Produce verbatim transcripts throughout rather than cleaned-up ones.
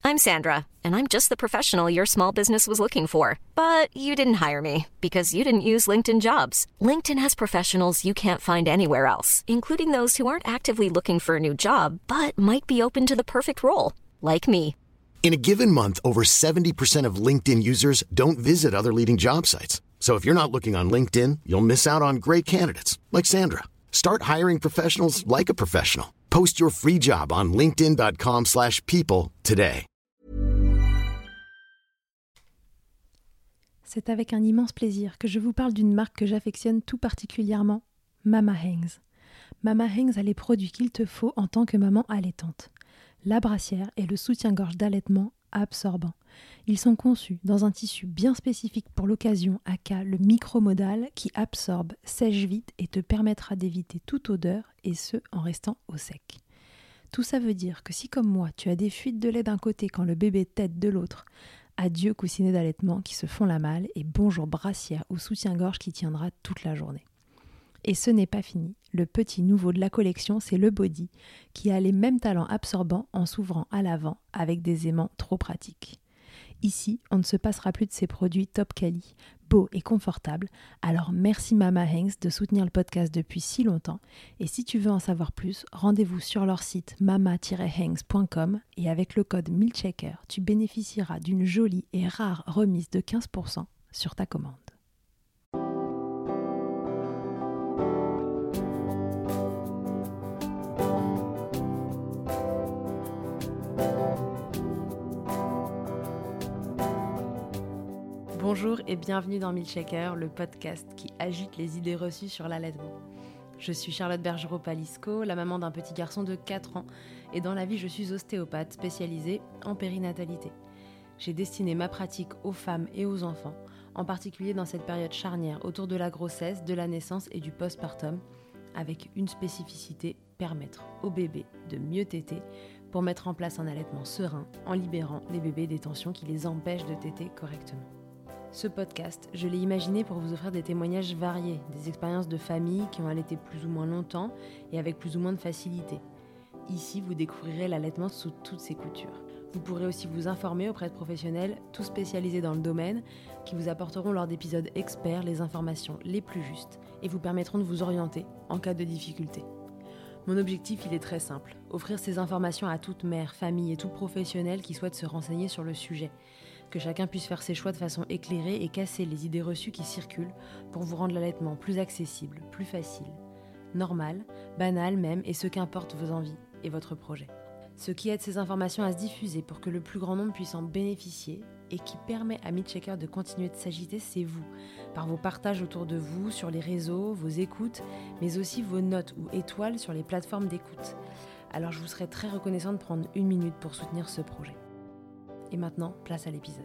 I'm Sandra, and I'm just the professional your small business was looking for. But you didn't hire me because you didn't use LinkedIn Jobs. LinkedIn has professionals you can't find anywhere else, including those who aren't actively looking for a new job, but might be open to the perfect role, like me. In a given month, over seventy percent of LinkedIn users don't visit other leading job sites. So if you're not looking on LinkedIn, you'll miss out on great candidates like Sandra. Start hiring professionals like a professional. Post your free job on linkedin.com slash people today. C'est avec un immense plaisir que je vous parle d'une marque que j'affectionne tout particulièrement, Mama Hangs. Mama Hangs a les produits qu'il te faut en tant que maman allaitante. La brassière et le soutien-gorge d'allaitement absorbant. Ils sont conçus dans un tissu bien spécifique pour l'occasion, aka le micromodal, qui absorbe, sèche vite et te permettra d'éviter toute odeur, et ce, en restant au sec. Tout ça veut dire que si, comme moi, tu as des fuites de lait d'un côté quand le bébé tète de l'autre, adieu coussinet d'allaitement qui se font la malle et bonjour brassière ou soutien-gorge qui tiendra toute la journée. Et ce n'est pas fini. Le petit nouveau de la collection, c'est le body, qui a les mêmes talents absorbants en s'ouvrant à l'avant avec des aimants trop pratiques. Ici, on ne se passera plus de ces produits top quali, beaux et confortables. Alors merci Mama Hangs de soutenir le podcast depuis si longtemps. Et si tu veux en savoir plus, rendez-vous sur leur site mama tiret hangs point com et avec le code MILCHECKER, tu bénéficieras d'une jolie et rare remise de quinze pour cent sur ta commande. Bonjour et bienvenue dans Milkshaker, le podcast qui agite les idées reçues sur l'allaitement. Je suis Charlotte Bergerot-Palisco, la maman d'un petit garçon de quatre ans, et dans la vie je suis ostéopathe spécialisée en périnatalité. J'ai destiné ma pratique aux femmes et aux enfants, en particulier dans cette période charnière autour de la grossesse, de la naissance et du postpartum, avec une spécificité, permettre au bébé de mieux téter pour mettre en place un allaitement serein en libérant les bébés des tensions qui les empêchent de téter correctement. Ce podcast, je l'ai imaginé pour vous offrir des témoignages variés, des expériences de familles qui ont allaité plus ou moins longtemps et avec plus ou moins de facilité. Ici, vous découvrirez l'allaitement sous toutes ses coutures. Vous pourrez aussi vous informer auprès de professionnels, tous spécialisés dans le domaine, qui vous apporteront lors d'épisodes experts les informations les plus justes et vous permettront de vous orienter en cas de difficulté. Mon objectif, il est très simple, offrir ces informations à toute mère, famille et tout professionnel qui souhaite se renseigner sur le sujet. Que chacun puisse faire ses choix de façon éclairée et casser les idées reçues qui circulent pour vous rendre l'allaitement plus accessible, plus facile, normal, banal même, et ce qu'importe vos envies et votre projet. Ce qui aide ces informations à se diffuser pour que le plus grand nombre puisse en bénéficier et qui permet à Milkshaker de continuer de s'agiter, c'est vous, par vos partages autour de vous, sur les réseaux, vos écoutes, mais aussi vos notes ou étoiles sur les plateformes d'écoute. Alors je vous serais très reconnaissante de prendre une minute pour soutenir ce projet. Et maintenant, place à l'épisode.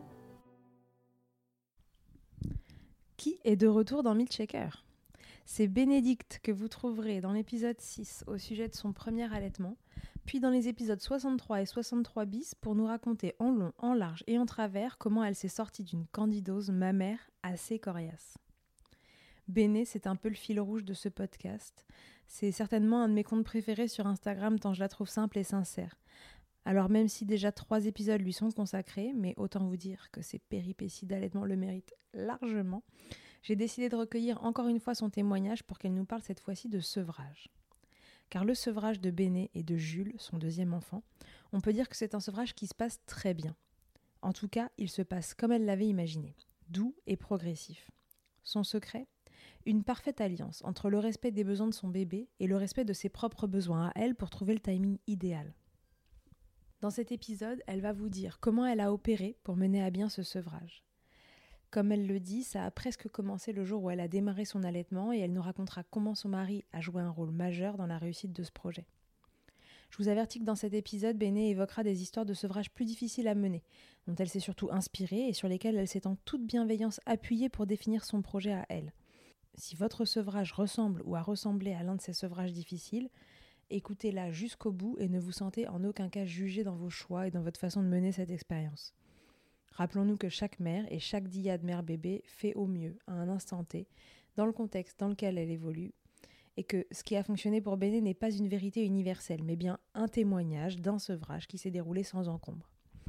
Qui est de retour dans Milkshaker ? C'est Bénédicte que vous trouverez dans l'épisode six au sujet de son premier allaitement, puis dans les épisodes soixante-trois et soixante-trois bis pour nous raconter en long, en large et en travers comment elle s'est sortie d'une candidose mammaire assez coriace. Béné, c'est un peu le fil rouge de ce podcast. C'est certainement un de mes comptes préférés sur Instagram tant je la trouve simple et sincère. Alors même si déjà trois épisodes lui sont consacrés, mais autant vous dire que ces péripéties d'allaitement le méritent largement, j'ai décidé de recueillir encore une fois son témoignage pour qu'elle nous parle cette fois-ci de sevrage. Car le sevrage de Béné et de Jules, son deuxième enfant, on peut dire que c'est un sevrage qui se passe très bien. En tout cas, il se passe comme elle l'avait imaginé, doux et progressif. Son secret ? Une parfaite alliance entre le respect des besoins de son bébé et le respect de ses propres besoins à elle pour trouver le timing idéal. Dans cet épisode, elle va vous dire comment elle a opéré pour mener à bien ce sevrage. Comme elle le dit, ça a presque commencé le jour où elle a démarré son allaitement et elle nous racontera comment son mari a joué un rôle majeur dans la réussite de ce projet. Je vous avertis que dans cet épisode, Béné évoquera des histoires de sevrage plus difficiles à mener, dont elle s'est surtout inspirée et sur lesquelles elle s'est en toute bienveillance appuyée pour définir son projet à elle. Si votre sevrage ressemble ou a ressemblé à l'un de ces sevrages difficiles, écoutez-la jusqu'au bout et ne vous sentez en aucun cas jugé dans vos choix et dans votre façon de mener cette expérience. Rappelons-nous que chaque mère et chaque dyade mère-bébé fait au mieux, à un instant T, dans le contexte dans lequel elle évolue, et que ce qui a fonctionné pour Béné n'est pas une vérité universelle, mais bien un témoignage d'un sevrage qui s'est déroulé sans encombre.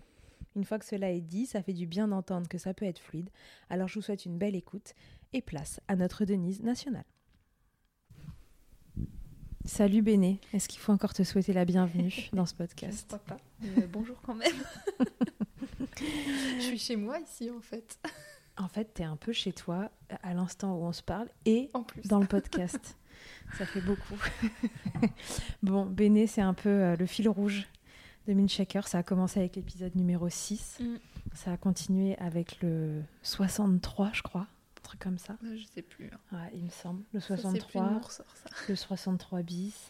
Une fois que cela est dit, ça fait du bien d'entendre que ça peut être fluide. Alors je vous souhaite une belle écoute et place à notre Denise nationale. Salut Béné, est-ce qu'il faut encore te souhaiter la bienvenue dans ce podcast ? Je ne crois pas, mais euh, bonjour quand même. Je suis chez moi ici en fait. En fait, t'es un peu chez toi à l'instant où on se parle et en plus. Dans le podcast. Ça fait beaucoup. Bon, Béné, c'est un peu euh, le fil rouge de Milkshaker. Ça a commencé avec l'épisode numéro six. Mm. Ça a continué avec le soixante-trois, je crois. Un truc comme ça. Euh, je sais plus. Hein. Ouais, il me semble. Le soixante-trois. Ça, c'est plus de ressort, ça. Le soixante-trois bis.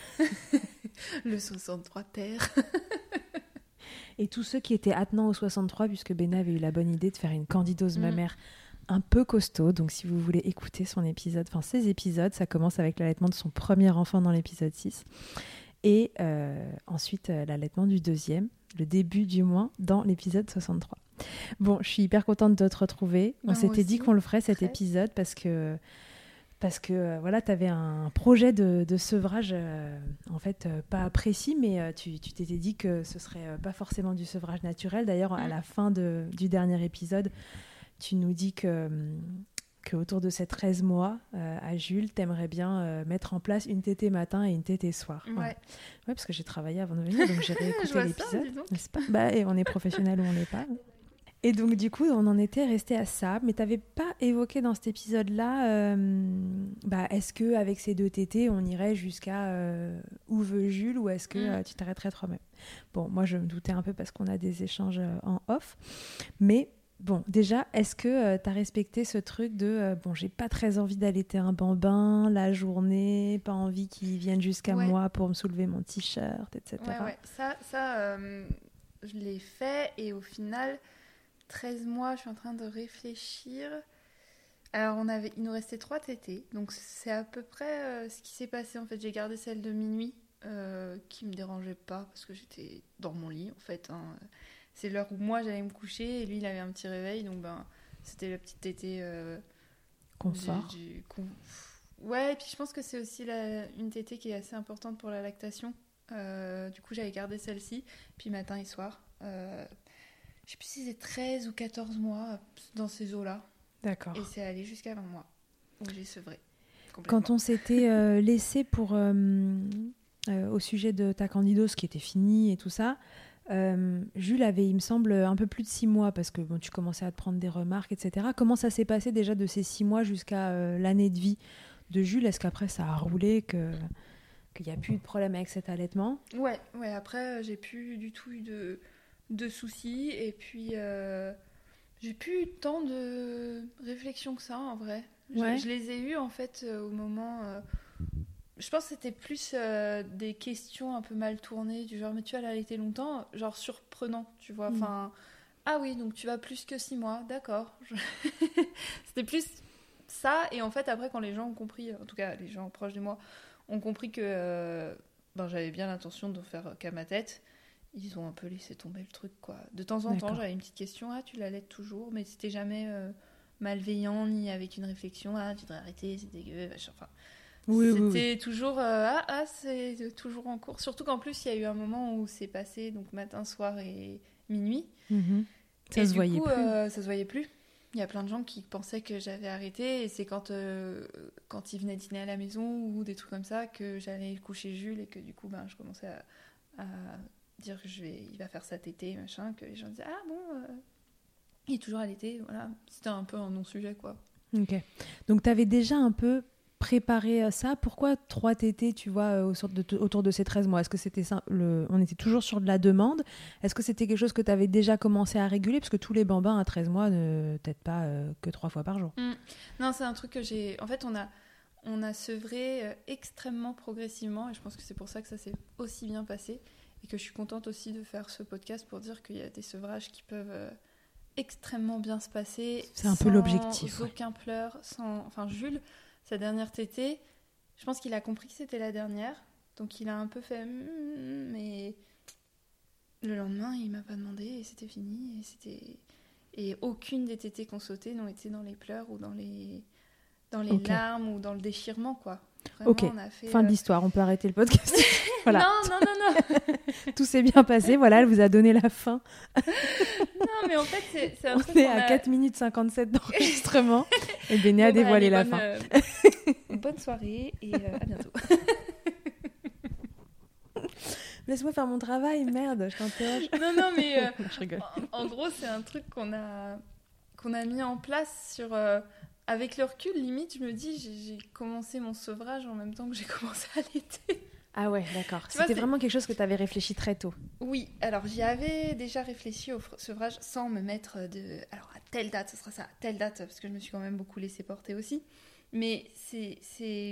Le soixante-trois terre. Et tous ceux qui étaient attenants au soixante-trois, puisque Béné avait eu la bonne idée de faire une candidose mm. mammaire un peu costaud. Donc si vous voulez écouter son épisode, enfin ses épisodes, ça commence avec l'allaitement de son premier enfant dans l'épisode six. Et euh, ensuite euh, l'allaitement du deuxième, le début du moins, dans l'épisode soixante-trois. Bon, je suis hyper contente de te retrouver. On bah, s'était dit qu'on le ferait cet très. épisode parce que... Parce que euh, voilà, tu avais un projet de, de sevrage, euh, en fait, euh, pas précis, mais euh, tu, tu t'étais dit que ce serait euh, pas forcément du sevrage naturel. D'ailleurs, mmh. à la fin de, du dernier épisode, tu nous dis que, qu'autour de ces treize mois, euh, à Jules, tu aimerais bien euh, mettre en place une tétée matin et une tétée soir. Ouais. Ouais, ouais parce que j'ai travaillé avant de venir, donc j'ai réécouté l'épisode. Ça, n'est-ce pas ? Bah, et on est professionnel ou on l'est pas. Et donc, du coup, on en était resté à ça. Mais tu n'avais pas évoqué dans cet épisode-là, euh, bah, est-ce qu'avec ces deux tétés, on irait jusqu'à euh, où veut Jules ou est-ce que mm. euh, tu t'arrêterais toi-même ? Bon, moi, je me doutais un peu parce qu'on a des échanges euh, en off. Mais bon, déjà, est-ce que euh, tu as respecté ce truc de euh, bon, j'ai pas très envie d'allaiter un bambin la journée, pas envie qu'il vienne jusqu'à ouais. moi pour me soulever mon t-shirt, et cetera. Ouais, ouais. Ça, ça euh, je l'ai fait et au final... treize mois, je suis en train de réfléchir. Alors, on avait, il nous restait trois tétées. Donc, c'est à peu près euh, ce qui s'est passé. En fait, j'ai gardé celle de minuit, euh, qui ne me dérangeait pas, parce que j'étais dans mon lit, en fait. Hein. C'est l'heure où moi, j'allais me coucher, et lui, il avait un petit réveil. Donc, ben, c'était la petite tétée... Euh, confort. Du, du, con... Ouais, et puis je pense que c'est aussi la, une tétée qui est assez importante pour la lactation. Euh, du coup, j'avais gardé celle-ci, puis matin et soir. Euh, Je sais plus si c'est treize ou quatorze mois dans ces eaux-là. D'accord. Et c'est allé jusqu'à vingt mois où j'ai sevré. Quand on s'était euh, laissé pour, euh, euh, au sujet de ta candidose qui était finie et tout ça, euh, Jules avait, il me semble, un peu plus de six mois parce que bon, tu commençais à te prendre des remarques, et cetera. Comment ça s'est passé déjà de ces six mois jusqu'à euh, l'année de vie de Jules ? Est-ce qu'après ça a roulé, que, qu'il n'y a plus de problème avec cet allaitement ? Ouais, ouais, après, j'ai plus du tout eu de... de soucis et puis euh, j'ai plus eu tant de réflexion que ça en vrai. Ouais. Je, je les ai eus en fait euh, au moment euh, je pense que c'était plus euh, des questions un peu mal tournées du genre mais tu vas l'allaiter longtemps, genre surprenant tu vois, enfin mmh. ah oui donc tu vas plus que six mois, d'accord. C'était plus ça et en fait après quand les gens ont compris, en tout cas les gens proches de moi ont compris que euh, ben, j'avais bien l'intention de faire qu'à ma tête. Ils ont un peu laissé tomber le truc, quoi. De temps en D'accord. temps, j'avais une petite question. Ah, tu l'allaites toujours ? Mais c'était jamais euh, malveillant, ni avec une réflexion. Ah, tu devrais arrêter, c'est dégueu. Enfin, oui, c'était oui, oui. toujours... Euh, ah, ah, c'est toujours en cours. Surtout qu'en plus, il y a eu un moment où c'est passé, donc matin, soir et minuit. Mm-hmm. Ça et se du voyait coup, plus. Euh, ça se voyait plus. Il y a plein de gens qui pensaient que j'avais arrêté. Et c'est quand, euh, quand ils venaient dîner à la maison ou des trucs comme ça que j'allais coucher Jules et que du coup, ben, je commençais à... à dire que je vais, il va faire sa tétée, machin, que les gens disaient ah bon, euh, il est toujours à l'été, voilà. C'était un peu un non-sujet, quoi. Ok. Donc tu avais déjà un peu préparé ça. Pourquoi trois tétés, tu vois, autour de, autour de ces treize mois ? Est-ce que c'était ça, le, on était toujours sur de la demande ? Est-ce que c'était quelque chose que tu avais déjà commencé à réguler ? Parce que tous les bambins à treize mois ne têtent pas euh, que trois fois par jour. Mmh. Non, c'est un truc que j'ai... En fait, on a, on a sevré euh, extrêmement progressivement et je pense que c'est pour ça que ça s'est aussi bien passé. Et que je suis contente aussi de faire ce podcast pour dire qu'il y a des sevrages qui peuvent euh, extrêmement bien se passer. C'est un peu l'objectif. Sans aucun ouais. pleur. Sans... Enfin, Jules, sa dernière tétée, je pense qu'il a compris que c'était la dernière. Donc, il a un peu fait... Mmm, mais le lendemain, il m'a pas demandé et c'était fini. Et, c'était... et aucune des tétées qu'on sautait n'ont été dans les pleurs ou dans les, dans les okay. larmes ou dans le déchirement, quoi. Vraiment, ok, on a fait, fin euh... de l'histoire. On peut arrêter le podcast. Voilà. Non, non, non, non. Tout s'est bien passé, voilà, elle vous a donné la fin. Non, mais en fait, c'est, c'est un On truc est qu'on à a... quatre minutes cinquante-sept d'enregistrement et Béné a Bon, bah, dévoilé allez, la bonne, fin. euh, bonne soirée et euh, à bientôt. Laisse-moi faire mon travail, merde, je t'interroge. Non, non, mais euh, Je rigole. en, en gros, c'est un truc qu'on a, qu'on a mis en place sur... euh, avec le recul, limite, je me dis, j'ai, j'ai commencé mon sevrage en même temps que j'ai commencé à allaiter. Ah ouais, d'accord. Tu vois, C'était c'est- vraiment quelque chose que tu avais réfléchi très tôt. Oui, alors j'y avais déjà réfléchi au fr- sevrage sans me mettre de... Alors à telle date, ce sera ça, à telle date, parce que je me suis quand même beaucoup laissée porter aussi. Mais c'est, c'est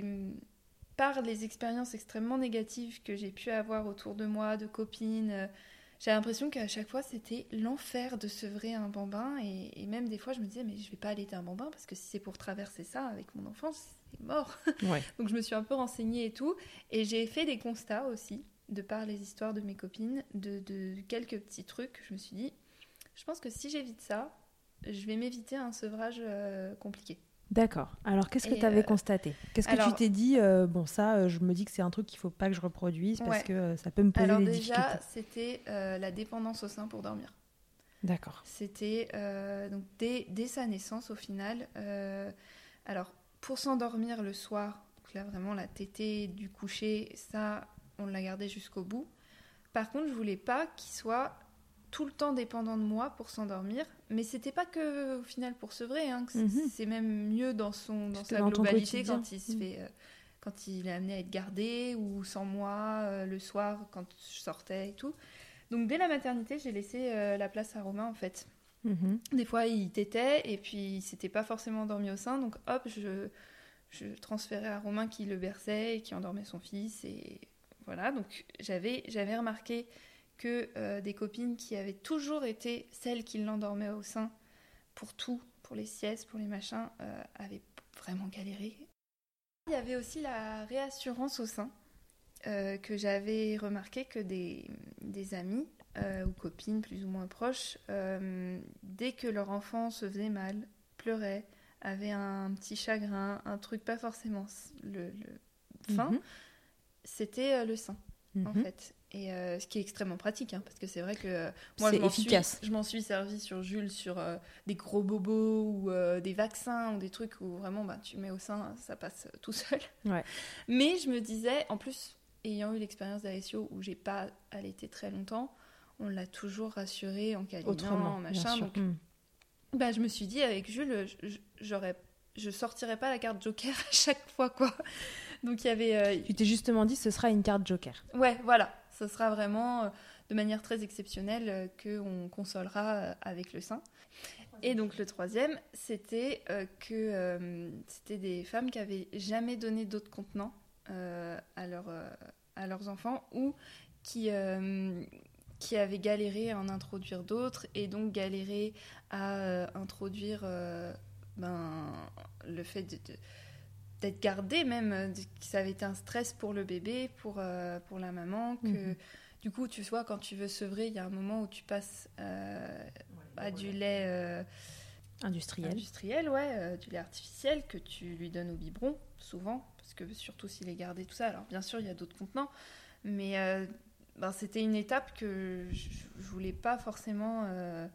par les expériences extrêmement négatives que j'ai pu avoir autour de moi, de copines, euh, j'ai l'impression qu'à chaque fois c'était l'enfer de sevrer un bambin. Et, et même des fois je me disais, mais je vais pas allaiter un bambin, parce que si c'est pour traverser ça avec mon enfant, c'est mort. Ouais. Donc je me suis un peu renseignée et tout. Et j'ai fait des constats aussi, de par les histoires de mes copines, de, de quelques petits trucs. Je me suis dit, je pense que si j'évite ça, je vais m'éviter un sevrage euh, compliqué. D'accord. Alors, qu'est-ce que Et, tu avais euh, constaté? Qu'est-ce que alors- tu t'es dit euh, bon, ça, euh, je me dis que c'est un truc qu'il faut pas que je reproduise parce Ouais. que euh, ça peut me poser Alors des déjà, difficultés. c'était euh, la dépendance au sein pour dormir. D'accord. C'était euh, donc dès, dès sa naissance au final. euh, alors, pour s'endormir le soir, donc là vraiment la tétée du coucher, ça, on l'a gardé jusqu'au bout. Par contre, je voulais pas qu'il soit tout le temps dépendant de moi pour s'endormir, mais c'était pas que au final pour sevrer, hein, que Mhm. c'est, c'est même mieux dans son dans C'était sa dans ton globalité quotidien. quand il se Mhm. fait euh, quand il est amené à être gardé ou sans moi euh, le soir quand je sortais et tout. Donc dès la maternité, j'ai laissé euh, la place à Romain en fait. Mhm. Des fois, il tétait et puis il s'était pas forcément endormi au sein, donc hop, je je transférais à Romain qui le berçait et qui endormait son fils et voilà. Donc j'avais j'avais remarqué que euh, des copines qui avaient toujours été celles qui l'endormaient au sein pour tout, pour les siestes, pour les machins, euh, avaient vraiment galéré. Il y avait aussi la réassurance au sein, euh, que j'avais remarqué que des, des amis euh, ou copines plus ou moins proches, euh, dès que leur enfant se faisait mal, pleurait, avait un petit chagrin, un truc pas forcément le, le fin, Mhm. c'était euh, le sein en Mhm. fait. Et euh, ce qui est extrêmement pratique, hein, parce que c'est vrai que euh, moi, C'est je m'en, efficace. suis, je m'en suis servi sur Jules, sur euh, des gros bobos ou euh, des vaccins ou des trucs où vraiment bah, tu mets au sein, ça passe tout seul. Ouais. Mais je me disais, en plus, ayant eu l'expérience d'Alessio où j'ai pas allaité très longtemps, on l'a toujours rassuré en câlinant, Autrement, en bien machin. sûr. Donc, Mhm. bah, je me suis dit, avec Jules, je, j'aurais, je sortirais pas la carte Joker à chaque fois, quoi. Donc il y avait... euh, Tu t'es justement dit ce sera une carte joker. Ouais, voilà. Ce sera vraiment euh, de manière très exceptionnelle euh, qu'on consolera euh, avec le sein. Et donc le troisième, c'était euh, que euh, c'était des femmes qui avaient jamais donné d'autres contenants euh, à, leur, euh, à leurs enfants ou qui, euh, qui avaient galéré à en introduire d'autres et donc galéré à euh, introduire euh, ben, le fait de... de d'être gardé même, euh, que ça avait été un stress pour le bébé, pour, euh, pour la maman, que Mhm. du coup, tu vois, quand tu veux sevrer, il y a un moment où tu passes euh, à du lait euh, Industriel. industriel, ouais, euh, du lait artificiel que tu lui donnes au biberon, souvent, parce que surtout s'il est gardé, tout ça. Alors bien sûr, il y a d'autres contenants, mais euh, ben, c'était une étape que je, je voulais pas forcément euh,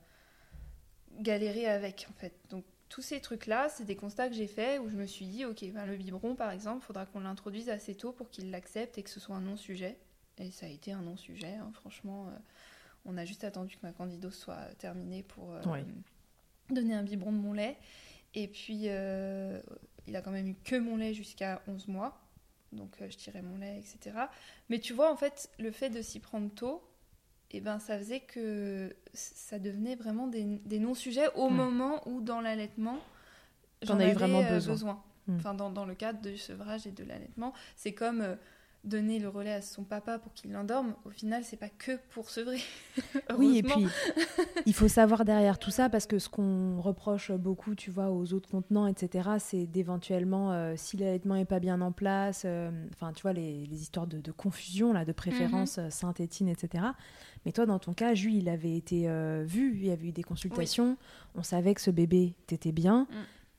galérer avec, en fait. Donc tous ces trucs-là, c'est des constats que j'ai faits où je me suis dit, ok, ben, le biberon, par exemple, il faudra qu'on l'introduise assez tôt pour qu'il l'accepte et que ce soit un non-sujet. Et ça a été un non-sujet, hein, franchement. Euh, on a juste attendu que ma candidose soit terminée pour euh, Oui. donner un biberon de mon lait. Et puis, euh, il a quand même eu que mon lait jusqu'à onze mois. Donc, euh, je tirais mon lait, et cetera. Mais tu vois, en fait, le fait de s'y prendre tôt, eh ben, ça faisait que ça devenait vraiment des, des non-sujets au Ouais. moment où, dans l'allaitement, T'en j'en as eu avais vraiment euh, besoin. Mm. Enfin, dans, dans le cadre du sevrage et de l'allaitement, c'est comme euh, donner le relais à son papa pour qu'il l'endorme. Au final, c'est pas que pour sevrer. Oui, et Heureusement. puis il faut savoir derrière tout ça, parce que ce qu'on reproche beaucoup, tu vois, aux autres contenants, et cetera, c'est d'éventuellement, euh, si l'allaitement n'est pas bien en place, euh, enfin, tu vois, les, les histoires de, de confusion, là, de préférence Mhm. euh, sein-tétine, et cetera. Mais toi, dans ton cas, Jules, il avait été euh, vu, il y avait eu des consultations, on savait que ce bébé t'était bien. Mm.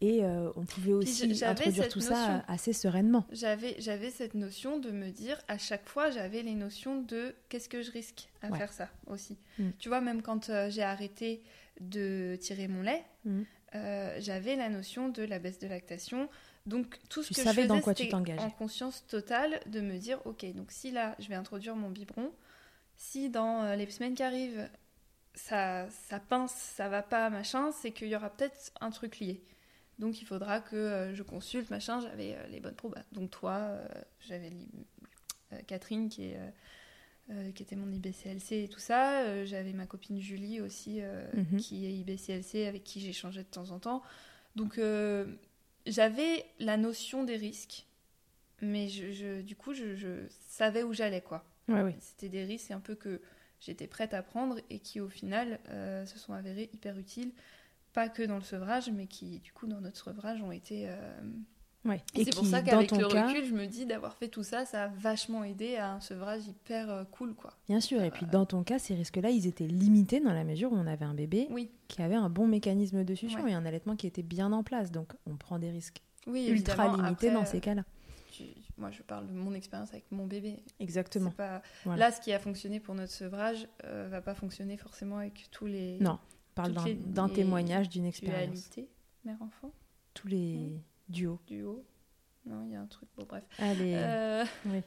Et euh, on pouvait aussi j'avais introduire cette tout notion. ça assez sereinement. J'avais, j'avais cette notion de me dire, à chaque fois, j'avais les notions de qu'est-ce que je risque à ouais. faire ça aussi. Mm. Tu vois, même quand euh, j'ai arrêté de tirer mon lait, mm. euh, j'avais la notion de la baisse de lactation. Donc tout ce tu que savais je faisais, dans quoi c'était tu t'engageais. En conscience totale de me dire, ok, donc si là, je vais introduire mon biberon, si dans euh, les semaines qui arrivent, ça, ça pince, ça va pas, machin, c'est qu'il y aura peut-être un truc lié. Donc il faudra que euh, je consulte, machin, j'avais euh, les bonnes probes. Donc toi, euh, j'avais euh, Catherine qui, est, euh, euh, qui était mon I B C L C et tout ça. Euh, j'avais ma copine Julie aussi euh, mm-hmm. qui est I B C L C, avec qui j'échangeais de temps en temps. Donc euh, j'avais la notion des risques, mais je, je, du coup je, je savais où j'allais, quoi. Ouais, oui. C'était des risques un peu que j'étais prête à prendre et qui au final euh, se sont avérés hyper utiles. Pas que dans le sevrage, mais qui, du coup, dans notre sevrage, ont été... Euh... Ouais. Et, et c'est qui, pour ça qu'avec le cas... recul, je me dis d'avoir fait tout ça, ça a vachement aidé à un sevrage hyper euh, cool, quoi. Bien sûr, et puis dans ton cas, ces risques-là, ils étaient limités dans la mesure où on avait un bébé oui. qui avait un bon mécanisme de succion ouais. et un allaitement qui était bien en place. Donc, on prend des risques oui, ultra limités Après, dans ces cas-là. Tu... Moi, je parle de mon expérience avec mon bébé. Exactement. Pas... Voilà. Là, ce qui a fonctionné pour notre sevrage euh, va pas fonctionner forcément avec tous les... Non. parle d'un, les, d'un les témoignage, d'une expérience. Dualité, mère-enfant. Tous les mmh. duos. Duos. Non, il y a un truc. Bon, bref. Allez. Euh... Oui.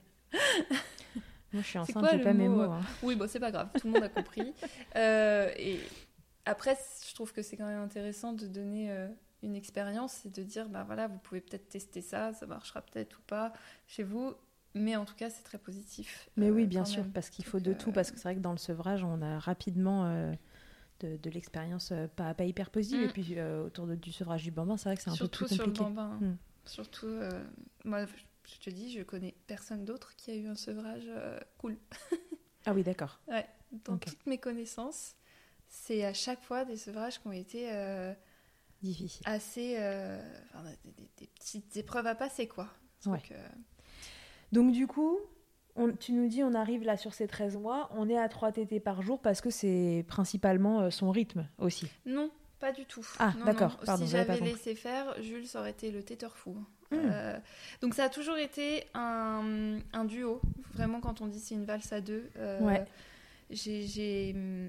Moi, je suis enceinte, quoi, j'ai pas mot, mes mots. euh... Hein. Oui, bon, c'est pas grave. Tout le monde a compris. euh, et après, je trouve que c'est quand même intéressant de donner euh, une expérience et de dire, bah voilà, vous pouvez peut-être tester ça, ça marchera peut-être ou pas chez vous. Mais en tout cas, c'est très positif. Mais euh, oui, bien sûr, même. parce qu'il faut Donc, de euh... tout. Parce que c'est vrai que dans le sevrage, on a rapidement... Euh... De, de l'expérience euh, pas, pas hyper positive. Mm. Et puis euh, autour de, du sevrage du bambin, c'est vrai que c'est un Surtout peu plus compliqué. Sur le bambin. Mm. Surtout, euh, moi, je te dis, je connais personne d'autre qui a eu un sevrage euh, cool. Ah oui, d'accord. Ouais, dans okay. toutes mes connaissances, c'est à chaque fois des sevrages qui ont été euh, difficiles. Assez, euh, enfin, des, des, des petites épreuves à passer, quoi. Ouais. Donc, euh... Donc du coup, On, tu nous dis, on arrive là sur ces treize mois, on est à trois tétées par jour parce que c'est principalement euh, son rythme aussi. Non, pas du tout. Ah, non, d'accord, non. pardon, Si j'avais j'avais pas laissé faire, Jules, ça aurait été le téteur fou. Mmh. Euh, donc ça a toujours été un, un duo. Vraiment, quand on dit c'est une valse à deux, euh, ouais. j'ai, j'ai...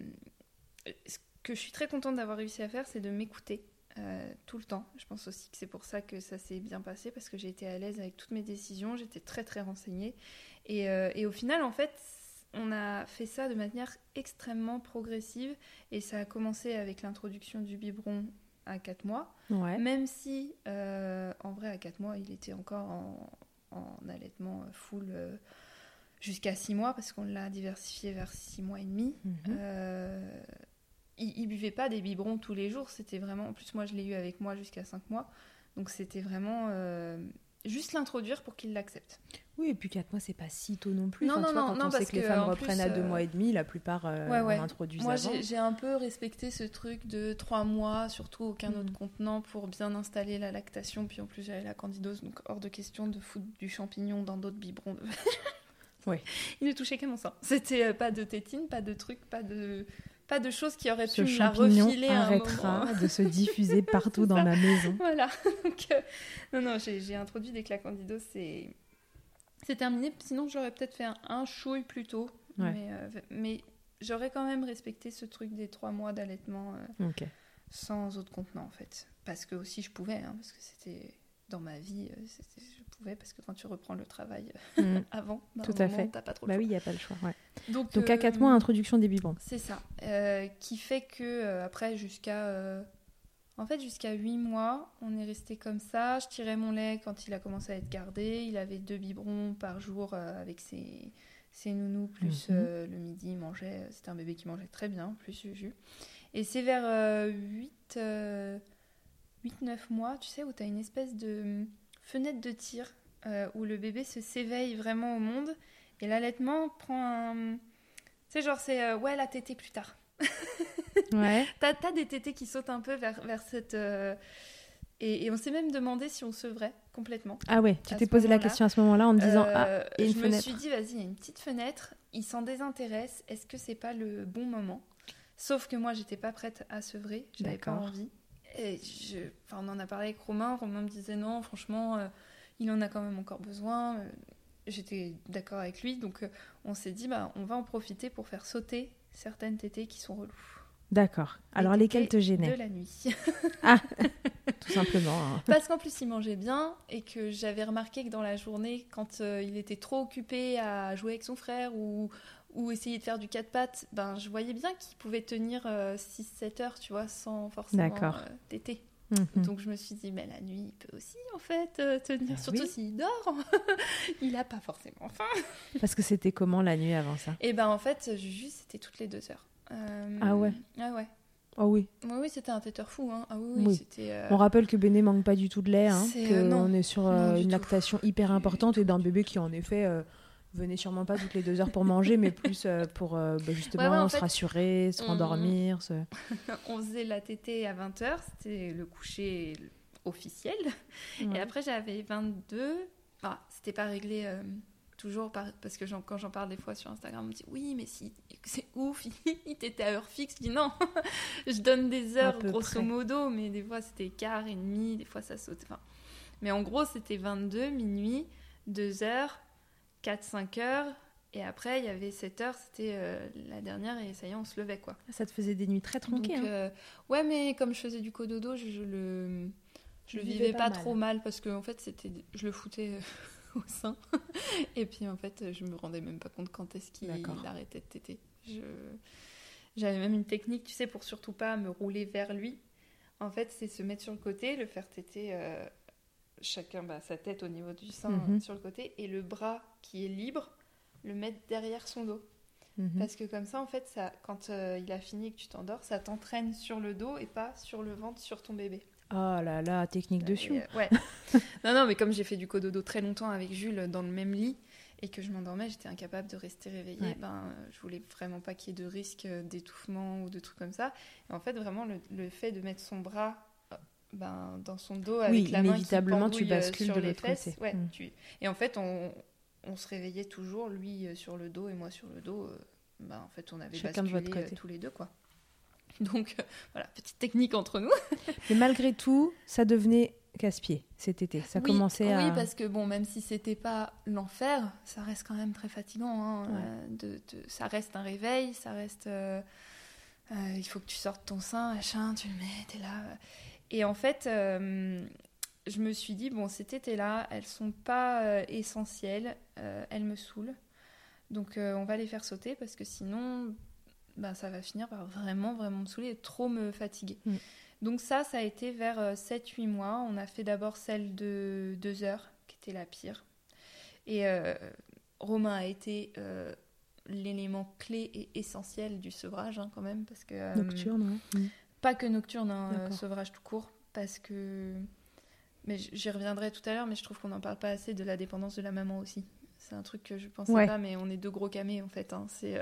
ce que je suis très contente d'avoir réussi à faire, c'est de m'écouter. Euh, tout le temps. Je pense aussi que c'est pour ça que ça s'est bien passé, parce que j'ai été à l'aise avec toutes mes décisions, j'étais très très renseignée et, euh, et au final en fait on a fait ça de manière extrêmement progressive et ça a commencé avec l'introduction du biberon à quatre mois, ouais. même si euh, en vrai à quatre mois il était encore en, en allaitement full euh, jusqu'à six mois parce qu'on l'a diversifié vers six mois et demi. Mm-hmm. euh, Il, il buvait pas des biberons tous les jours, c'était vraiment... En plus, moi, je l'ai eu avec moi jusqu'à cinq mois, donc c'était vraiment euh, juste l'introduire pour qu'il l'accepte. Oui, et puis quatre mois, c'est pas si tôt non plus. Non, enfin, non, tu vois, non, quand non, on sait que les que, femmes reprennent plus, à deux euh... mois et demi, la plupart euh, ouais, ouais. en introduisent moi, avant. Moi, j'ai, j'ai un peu respecté ce truc de trois mois, surtout aucun mmh. autre contenant, pour bien installer la lactation, puis en plus, j'avais la candidose, donc hors de question de foutre du champignon dans d'autres biberons. Oui. Il ne touchait qu'à mon sein. C'était euh, pas de tétine, pas de truc, pas de... Pas de choses qui auraient Ce pu me la refiler à un arrêtera moment. de se diffuser partout dans ma maison. Voilà. Donc, euh, non, non, j'ai, j'ai introduit dès que la candidose, c'est, c'est terminé. Sinon, j'aurais peut-être fait un, un chouille plus tôt. Ouais. Mais, euh, mais j'aurais quand même respecté ce truc des trois mois d'allaitement euh, okay. sans autre contenant, en fait. Parce que aussi, je pouvais, hein, parce que c'était... Dans ma vie, c'était, je pouvais, parce que quand tu reprends le travail mmh. avant, tout à moment, fait. t'as pas trop le bah choix. Bah oui, il n'y a pas le choix. Ouais. Donc, Donc à quatre euh, mois, introduction des biberons. C'est ça. Euh, qui fait que, euh, après, jusqu'à... Euh, en fait, jusqu'à huit mois, on est resté comme ça. Je tirais mon lait quand il a commencé à être gardé. Il avait deux biberons par jour euh, avec ses, ses nounous, plus mmh. euh, le midi, il mangeait. C'était un bébé qui mangeait très bien, plus Juju. Et c'est vers euh, huit... Euh, huit neuf mois, tu sais, où tu as une espèce de fenêtre de tir euh, où le bébé se s'éveille vraiment au monde et l'allaitement prend un... Tu sais, genre, c'est euh, ouais, la tétée plus tard. Ouais. T'as, t'as des tétées qui sautent un peu vers, vers cette... Euh... Et, et on s'est même demandé si on sevrait complètement. Ah ouais, tu t'es posé la question à ce moment-là en te disant, euh, ah, il y a une je fenêtre. Je me suis dit, vas-y, il y a une petite fenêtre, il s'en désintéresse, est-ce que c'est pas le bon moment ? Sauf que moi, j'étais pas prête à sevrer, j'avais D'accord. pas envie. Et je, enfin, on en a parlé avec Romain. Romain me disait non, franchement, euh, il en a quand même encore besoin. Euh, j'étais d'accord avec lui, donc euh, on s'est dit, bah, on va en profiter pour faire sauter certaines tétées qui sont reloues. D'accord. Alors, les lesquelles te gênaient ? De la nuit. Ah, tout simplement. Hein. Parce qu'en plus, il mangeait bien et que j'avais remarqué que dans la journée, quand euh, il était trop occupé à jouer avec son frère ou, ou essayer de faire du quatre pattes, ben, je voyais bien qu'il pouvait tenir euh, six sept heures, tu vois, sans forcément euh, téter. Mm-hmm. Donc je me suis dit, mais la nuit, il peut aussi en fait euh, tenir, ah, surtout oui. s'il dort. Il n'a pas forcément faim. Parce que c'était comment la nuit avant ça ? Et ben en fait, Juju, c'était toutes les deux heures. Euh... Ah ouais. Ah ouais. Oh oui. Oui, oui, c'était un téteur fou. Hein. Ah oui, oui. C'était, euh... On rappelle que Béné manque pas du tout de lait, hein, c'est... que Euh, on est sur euh, non, une lactation tout. hyper importante et d'un bébé qui en effet euh, venait sûrement pas toutes les deux heures pour manger, mais plus euh, pour euh, bah, justement ouais, ouais, se fait, rassurer, se on... rendormir. Se... on faisait la tétée à vingt heures, c'était le coucher officiel. Ouais. Et après j'avais vingt-deux. Enfin, c'était pas réglé. Euh... Toujours par... parce que j'en... quand j'en parle des fois sur Instagram, on me dit oui, mais si c'est ouf, il t'était à heure fixe. Je dis non, je donne des heures grosso près. modo, mais des fois c'était quart et demi, des fois ça saute. Enfin... Mais en gros, c'était vingt-deux, minuit, deux heures, quatre cinq heures, et après il y avait sept heures, c'était euh, la dernière, et ça y est, on se levait quoi. Ça te faisait des nuits très tronquées. Donc, euh... ouais, mais comme je faisais du cododo, je, je le, je le vivais pas, pas mal. trop mal parce que en fait, c'était... je le foutais. Au sein. Et puis en fait, je me rendais même pas compte quand est-ce qu'il D'accord. arrêtait de téter. Je... J'avais même une technique, tu sais, pour surtout pas me rouler vers lui. En fait, c'est se mettre sur le côté, le faire téter euh, chacun bah, sa tête au niveau du sein mm-hmm. sur le côté, et le bras qui est libre, le mettre derrière son dos. Mm-hmm. Parce que comme ça, en fait, ça, quand euh, il a fini et que tu t'endors, ça t'entraîne sur le dos et pas sur le ventre, sur ton bébé. Oh là là, technique de chou. Euh, ouais. non, non, mais comme j'ai fait du cododo très longtemps avec Jules dans le même lit et que je m'endormais, j'étais incapable de rester réveillée. Ouais. Ben, je voulais vraiment pas qu'il y ait de risque d'étouffement ou de trucs comme ça. Et en fait, vraiment, le, le fait de mettre son bras ben, dans son dos avec oui, la main inévitablement, qui tu bascules sur de les l'autre fesses. côté. Ouais, mm. tu... Et en fait, on, on se réveillait toujours, lui sur le dos et moi sur le dos. Ben, en fait, on avait Chacun basculé de votre côté. tous les deux, quoi. Donc, euh, voilà, petite technique entre nous. Mais malgré tout, ça devenait casse-pied cet été. Ça oui, commençait à... Oui, parce que bon, même si c'était pas l'enfer, ça reste quand même très fatigant. Hein. Ouais. Euh, de, de, ça reste un réveil, ça reste... Euh, euh, il faut que tu sortes ton sein, machin, tu le mets, t'es là. Et en fait, euh, je me suis dit, bon, cet été-là, elles sont pas euh, essentielles, euh, elles me saoulent. Donc, euh, on va les faire sauter parce que sinon... Ben, ça va finir par vraiment, vraiment me saouler et trop me fatiguer. Mm. Donc ça, ça a été vers euh, sept huit mois. On a fait d'abord celle de deux heures, qui était la pire. Et euh, Romain a été euh, l'élément clé et essentiel du sevrage, hein, quand même. Parce que, euh, nocturne, ouais. Mm. Pas que nocturne, hein, euh, sevrage tout court. Parce que... Mais j'y reviendrai tout à l'heure, mais je trouve qu'on n'en parle pas assez de la dépendance de la maman aussi. C'est un truc que je pensais ouais. pas, mais on est deux gros camés, en fait. Hein. C'est... Euh...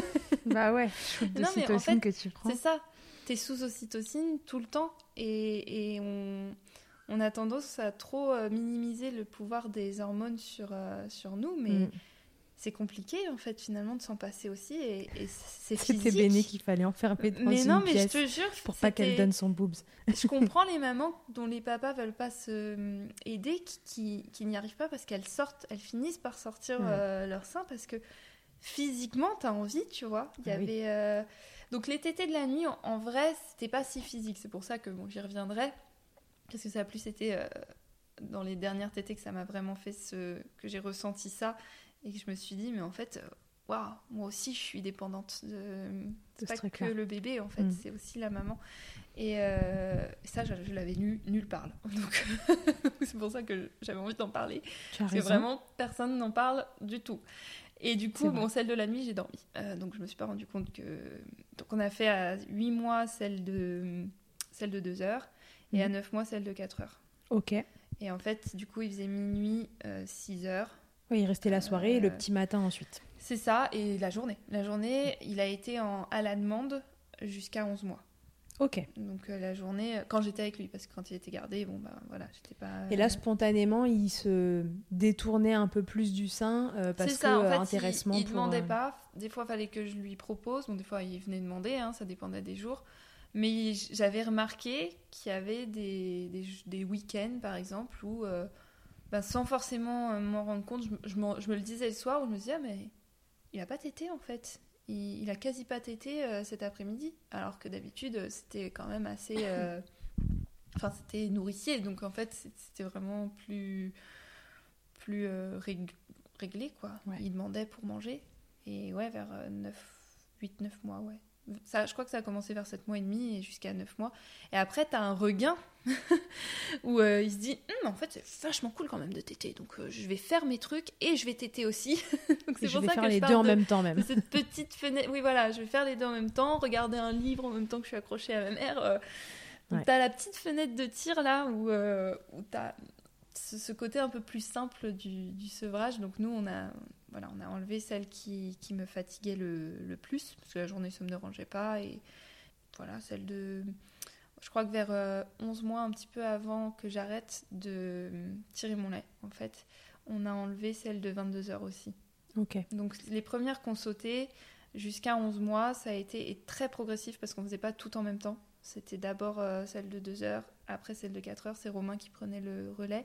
Bah ouais, shoot de non, cytocine en fait, que tu prends. C'est ça, t'es sous ocytocine tout le temps et, et on, on a tendance à trop euh, minimiser le pouvoir des hormones sur, euh, sur nous, mais mm. c'est compliqué en fait finalement de s'en passer aussi et, et c'est physique. C'était Béné qu'il fallait enfermer dans mais une non, mais pièce je te jure, pour pas qu'elle donne son boobs. Je comprends les mamans dont les papas veulent pas se aider, qui, qui, qui n'y arrivent pas parce qu'elles sortent, elles finissent par sortir mm. euh, leur sein parce que physiquement, t'as envie, tu vois. Il y ah avait oui. euh... donc les tétés de la nuit, en, en vrai, c'était pas si physique. C'est pour ça que bon, j'y reviendrai, parce que ça a plus été euh, dans les dernières tétés que ça m'a vraiment fait ce que j'ai ressenti ça et que je me suis dit, mais en fait, waouh, wow, moi aussi, je suis dépendante de. C'est pas que le bébé, en fait, mm. c'est aussi la maman. Et euh, ça, je, je l'avais nu, nulle part. Donc c'est pour ça que j'avais envie d'en parler, parce raison. que vraiment personne n'en parle du tout. Et du coup, bon, celle de la nuit, j'ai dormi. Euh, donc, je me suis pas rendu compte que... Donc, on a fait à huit mois celle de, celle de deux heures et mmh. à neuf mois celle de quatre heures. Ok. Et en fait, du coup, il faisait minuit, euh, six heures. Oui, il restait la soirée euh, et le petit matin ensuite. C'est ça, et la journée. La journée, il a été en, à la demande jusqu'à onze mois. Ok. Donc euh, la journée, quand j'étais avec lui, parce que quand il était gardé, bon bah voilà, j'étais pas... Euh... Et là, spontanément, il se détournait un peu plus du sein euh, parce c'est ça, que en fait, intéressement il, il pour... demandait pas. Des fois, il fallait que je lui propose. Bon, des fois, il venait demander, hein, ça dépendait des jours. Mais j'avais remarqué qu'il y avait des, des, des week-ends, par exemple, où, euh, ben, sans forcément m'en rendre compte, je, je, je me le disais le soir, où je me disais, ah, mais il n'a pas tété, en fait. Il, il a quasi pas tété euh, cet après-midi. Alors que d'habitude, c'était quand même assez... Euh, enfin, c'était nourricier. Donc, en fait, c'était vraiment plus, plus euh, rég, réglé, quoi. Ouais. Il demandait pour manger. Et ouais, vers huit neuf mois, ouais. Ça, je crois que ça a commencé vers sept mois et demi et jusqu'à neuf mois. Et après, t'as un regain où euh, il se dit hm, en fait, c'est vachement cool quand même de téter. Donc, euh, je vais faire mes trucs et je vais téter aussi. Donc, c'est et pour je vais ça faire que les je deux en de, même temps, même. de cette petite fenêtre. Oui, voilà, je vais faire les deux en même temps, regarder un livre en même temps que je suis accrochée à ma mère. Euh... Donc, ouais. T'as la petite fenêtre de tir là où, euh, où t'as ce, ce côté un peu plus simple du, du sevrage. Donc, nous, on a. Voilà, on a enlevé celle qui, qui me fatiguait le, le plus, parce que la journée, ça ne me dérangeait pas. Et voilà, celle de... Je crois que vers euh, onze mois, un petit peu avant que j'arrête de tirer mon lait, en fait, on a enlevé celle de vingt-deux heures aussi. Ok. Donc, les premières qu'on sautait, jusqu'à onze mois, ça a été très progressif, parce qu'on ne faisait pas tout en même temps. C'était d'abord euh, celle de deux heures, après celle de quatre heures. C'est Romain qui prenait le relais.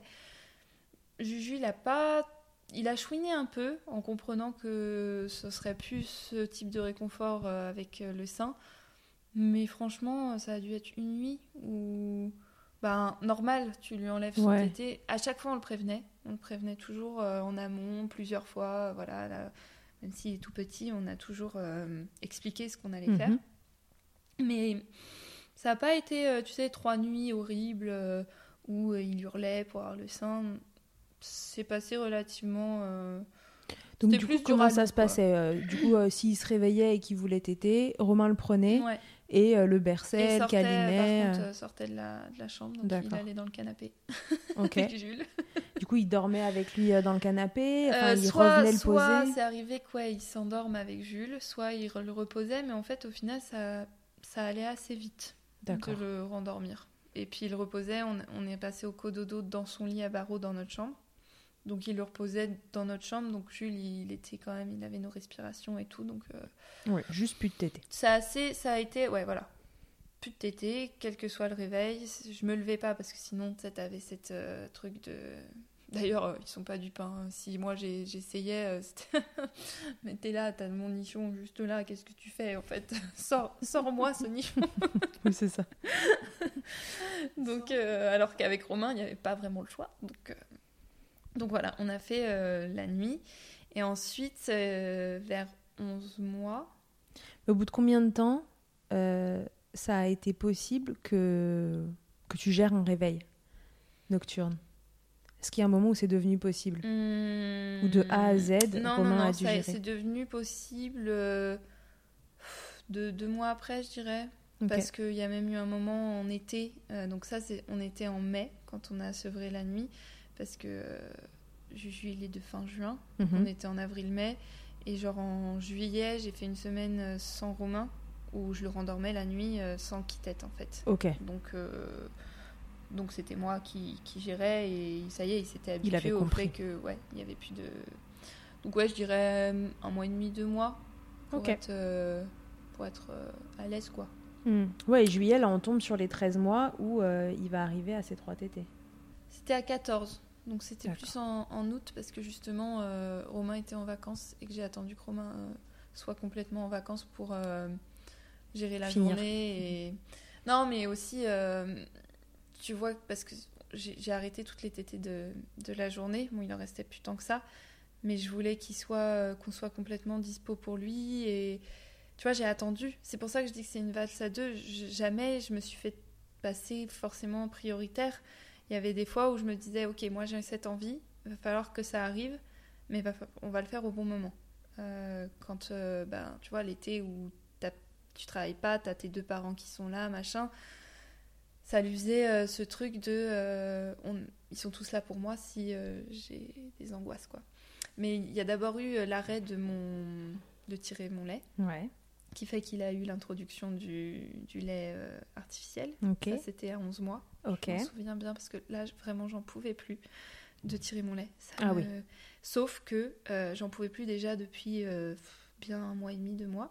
Juju, il n'a pas... Il a chouiné un peu en comprenant que ce serait plus ce type de réconfort avec le sein. Mais franchement, ça a dû être une nuit où, ben, normal, tu lui enlèves son ouais. tété. À chaque fois, on le prévenait. On le prévenait toujours euh, en amont, plusieurs fois. Voilà, là, même s'il est tout petit, on a toujours euh, expliqué ce qu'on allait mm-hmm. faire. Mais ça n'a pas été, euh, tu sais, trois nuits horribles euh, où euh, il hurlait pour avoir le sein. C'est passé relativement... Euh... Donc du coup, comment ça se passait euh, Du coup, euh, s'il se réveillait et qu'il voulait téter, Romain le prenait ouais. et euh, le berçait, et sortait, le câlinait... par contre, euh, sortait de la, de la chambre, donc D'accord. il allait dans le canapé okay. avec Jules. Du coup, il dormait avec lui euh, dans le canapé, enfin, euh, il soit, revenait le soit poser. C'est arrivé qu'il ouais, s'endorme avec Jules, soit il le reposait, mais en fait, au final, ça, ça allait assez vite D'accord. de le rendormir. Et puis il le reposait, on, on est passé au cododo dans son lit à barreaux dans notre chambre. Donc il le reposait dans notre chambre, donc Jules il était quand même, il avait nos respirations et tout, donc. Euh, ouais, juste plus de tété. Ça a assez, ça a été, ouais voilà, plus de tété, quel que soit le réveil. Je me levais pas parce que sinon tu sais t'avais cette euh, truc de. D'ailleurs euh, ils sont pas dupes. Hein. Si moi j'ai, j'essayais, euh, c'était... mais t'es là, t'as mon nichon juste là, qu'est-ce que tu fais en fait? Sors, sors-moi ce nichon. Oui c'est ça. donc euh, alors qu'avec Romain il n'y avait pas vraiment le choix, donc. Euh, Donc voilà, on a fait euh, la nuit. Et ensuite, euh, vers onze mois... Au bout de combien de temps euh, ça a été possible que, que tu gères un réveil nocturne ? Est-ce qu'il y a un moment où c'est devenu possible ? mmh... Ou de A à Z, non, Romain non, non, a dû ça, gérer ? c'est devenu possible euh, de, deux mois après, je dirais. Okay. Parce qu'il y a même eu un moment en été. Euh, donc ça, c'est, on était en mai, quand on a sevré la nuit. Parce que euh, Juju, il est de fin juin, mm-hmm. on était en avril-mai, et genre en juillet, j'ai fait une semaine sans Romain, où je le rendormais la nuit euh, sans qui-tête, en fait. Ok. Donc, euh, donc c'était moi qui, qui gérais, et ça y est, il s'était habitué il avait au compris. fait que, ouais, il n'y avait plus de... Donc ouais, je dirais un mois et demi, deux mois, pour okay. être, euh, pour être euh, à l'aise, quoi. Mm. Ouais, et juillet, là, on tombe sur les treize mois où euh, il va arriver à ses trois tétés. C'était à quatorze. Donc c'était D'accord. plus en, en août parce que justement euh, Romain était en vacances et que j'ai attendu que Romain euh, soit complètement en vacances pour euh, gérer la Finir. journée. Et... Non mais aussi, euh, tu vois, parce que j'ai, j'ai arrêté toutes les tétées de, de la journée. Bon, il en restait plus tant que ça. Mais je voulais qu'il soit, qu'on soit complètement dispo pour lui. Et tu vois, j'ai attendu. C'est pour ça que je dis que c'est une valse à deux. Je, jamais je me suis fait passer forcément prioritaire. Il y avait des fois où je me disais, ok, moi j'ai cette envie, il va falloir que ça arrive, mais va, on va le faire au bon moment. Euh, quand, euh, ben, tu vois, l'été où tu travailles pas, tu as tes deux parents qui sont là, machin, ça lui faisait euh, ce truc de, euh, on, ils sont tous là pour moi si euh, j'ai des angoisses, quoi. Mais il y a d'abord eu l'arrêt de, mon, de tirer mon lait. Ouais. Qui fait qu'il a eu l'introduction du, du lait euh, artificiel. Okay. Ça, c'était à onze mois. Okay. Je m'en souviens bien parce que là, vraiment, j'en pouvais plus de tirer mon lait. Ça ah me... oui. Sauf que euh, j'en pouvais plus déjà depuis euh, bien un mois et demi, deux mois.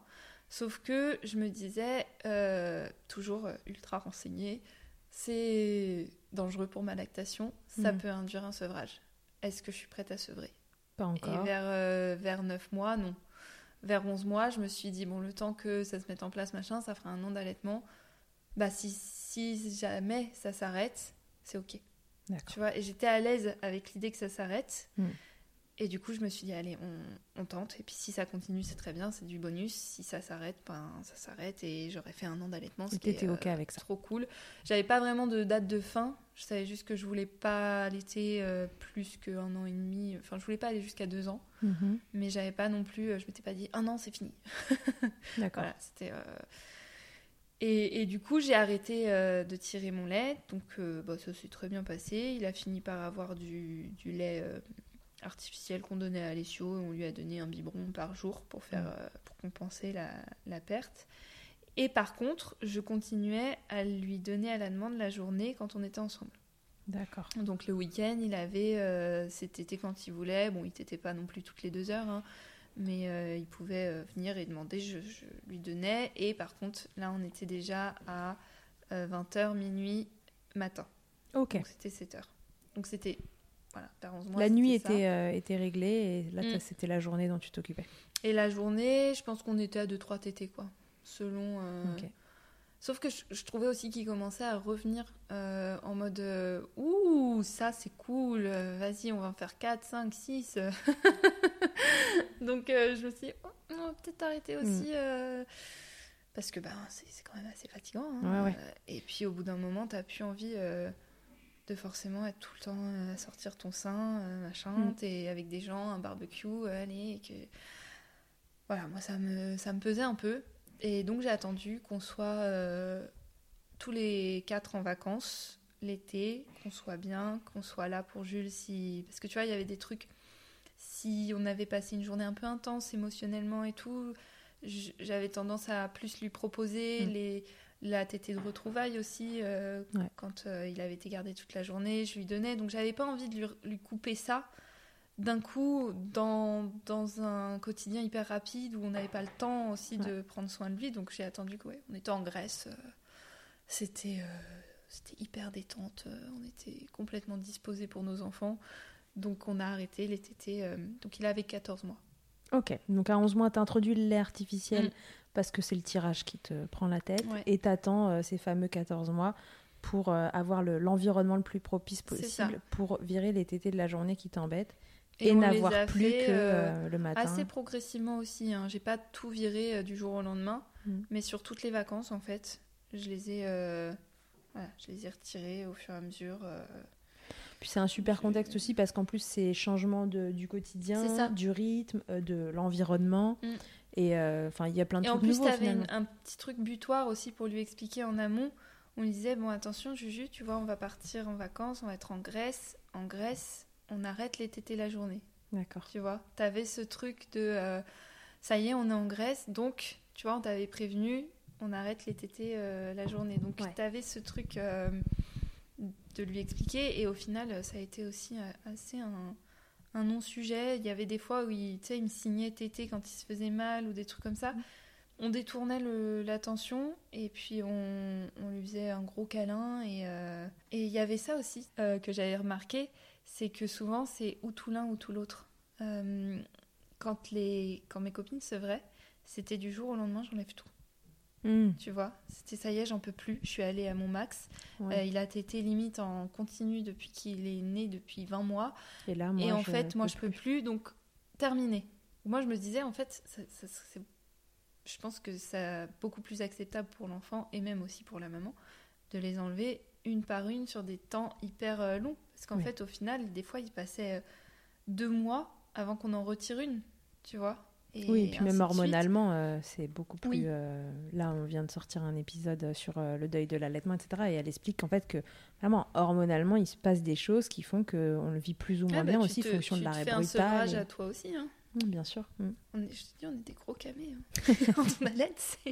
Sauf que je me disais, euh, toujours ultra renseignée, c'est dangereux pour ma lactation, ça mmh. peut induire un sevrage. Est-ce que je suis prête à sevrer ? Pas encore. Et vers, euh, vers neuf mois, non. Vers onze mois, je me suis dit, bon, le temps que ça se mette en place, machin, ça fera un an d'allaitement. Bah, si, si jamais ça s'arrête, c'est OK. D'accord. Tu vois, et j'étais à l'aise avec l'idée que ça s'arrête. Mmh. Et du coup, je me suis dit, allez, on, on tente. Et puis, si ça continue, c'est très bien, c'est du bonus. Si ça s'arrête, ben, ça s'arrête. Et j'aurais fait un an d'allaitement. Et t'étais OK euh, avec ça. Trop cool. J'avais pas vraiment de date de fin. Je savais juste que je voulais pas allaiter euh, plus qu'un an et demi. Enfin, je voulais pas aller jusqu'à deux ans. Mmh. Mais j'avais pas non plus... Je m'étais pas dit, un an, c'est fini. D'accord. Voilà, c'était... Euh... Et, et du coup, j'ai arrêté euh, de tirer mon lait. Donc, euh, bah, ça s'est très bien passé. Il a fini par avoir du, du lait... Euh, artificiel qu'on donnait à Alessio, on lui a donné un biberon par jour pour faire mmh. euh, pour compenser la, la perte. Et par contre, je continuais à lui donner à la demande la journée quand on était ensemble. D'accord. Donc le week-end, il avait euh, cet été quand il voulait. Bon, il t'était pas non plus toutes les deux heures, hein, mais euh, il pouvait euh, venir et demander. Je, je lui donnais. Et par contre, là, on était déjà à euh, vingt heures, minuit, matin. Ok. Donc c'était sept heures. Donc c'était Voilà, vers onze mois, la nuit était, était, euh, était réglée et là mmh. c'était la journée dont tu t'occupais. Et la journée, je pense qu'on était à deux trois tétés quoi, selon. Euh... Okay. Sauf que je, je trouvais aussi qu'il commençait à revenir euh, en mode euh, ouh ça c'est cool, euh, vas-y on va en faire quatre, cinq, six. Donc euh, je me suis dit oh, on va peut-être arrêter aussi. Mmh. Euh... Parce que bah, c'est, c'est quand même assez fatigant. Hein. Ouais, ouais. Et puis au bout d'un moment, t'as plus envie. Euh... de forcément être tout le temps à sortir ton sein, machin, mmh. t'es avec des gens, un barbecue, allez, et que... Voilà, moi ça me, ça me pesait un peu, et donc j'ai attendu qu'on soit euh, tous les quatre en vacances, l'été, qu'on soit bien, qu'on soit là pour Jules, si... parce que tu vois, il y avait des trucs, si on avait passé une journée un peu intense émotionnellement et tout, j'avais tendance à plus lui proposer mmh. les... la tétée de retrouvailles aussi, euh, ouais. quand euh, il avait été gardé toute la journée, je lui donnais. Donc, j'avais pas envie de lui, lui couper ça d'un coup dans, dans un quotidien hyper rapide où on n'avait pas le temps aussi ouais. de prendre soin de lui. Donc, j'ai attendu qu'on ouais, était en Grèce. Euh, c'était, euh, c'était hyper détente. Euh, on était complètement disposés pour nos enfants. Donc, on a arrêté les tétées. Euh, donc, il avait quatorze mois. Ok. Donc, à onze mois, tu as introduit le lait artificiel. Mmh. Parce que c'est le tirage qui te prend la tête ouais. et t'attends euh, ces fameux quatorze mois pour euh, avoir le, l'environnement le plus propice possible pour virer les tétés de la journée qui t'embêtent et, et n'avoir plus fait, que euh, le matin. Assez progressivement aussi, hein. J'ai pas tout viré euh, du jour au lendemain, mm. mais sur toutes les vacances en fait, je les ai, euh, voilà, je les ai retirés au fur et à mesure. Euh... Puis c'est un super je... contexte aussi parce qu'en plus c'est changement de, du quotidien, du rythme, euh, de l'environnement. Mm. Et enfin, euh, il y a plein de et trucs nouveaux. Et en plus, tu avais un petit truc butoir aussi pour lui expliquer en amont. On lui disait, bon, attention, Juju, tu vois, on va partir en vacances, on va être en Grèce. En Grèce, on arrête les tétés la journée. D'accord. Tu vois, tu avais ce truc de, euh, ça y est, on est en Grèce, donc, tu vois, on t'avait prévenu, on arrête les tétés euh, la journée. Donc, ouais. tu avais ce truc euh, de lui expliquer. Et au final, ça a été aussi assez un... un non-sujet. Il y avait des fois où il, il me signait tété quand il se faisait mal ou des trucs comme ça. Mmh. On détournait le, l'attention et puis on, on lui faisait un gros câlin. Et euh, et il y avait ça aussi euh, que j'avais remarqué, c'est que souvent c'est ou tout l'un ou tout l'autre. Euh, quand, les, quand mes copines sevraient, c'était du jour au lendemain, j'enlève tout. Mmh. Tu vois, c'était ça y est, j'en peux plus. Je suis allée à mon max. Ouais. Euh, il a tété limite en continu depuis qu'il est né, depuis vingt mois. Et là, moi, et en je fait, moi, je peux plus. plus. Donc, terminé. Moi, je me disais, en fait, ça, ça, c'est... je pense que c'est beaucoup plus acceptable pour l'enfant et même aussi pour la maman de les enlever une par une sur des temps hyper euh, longs. Parce qu'en oui. fait, au final, des fois, il passait deux mois avant qu'on en retire une. Tu vois ? Et oui, et puis même hormonalement, euh, c'est beaucoup plus... Oui. Euh, là, on vient de sortir un épisode sur euh, le deuil de l'allaitement, et cetera. Et elle explique qu'en fait, que vraiment, hormonalement, il se passe des choses qui font qu'on le vit plus ou moins ah bah, bien aussi, en fonction de l'arrêt brutal. Tu te fais un sevrage et... à toi aussi. Hein. Mmh, bien sûr. Mmh. On est, je te dis, on est des gros camés. Hein. Quand on allait, c'est...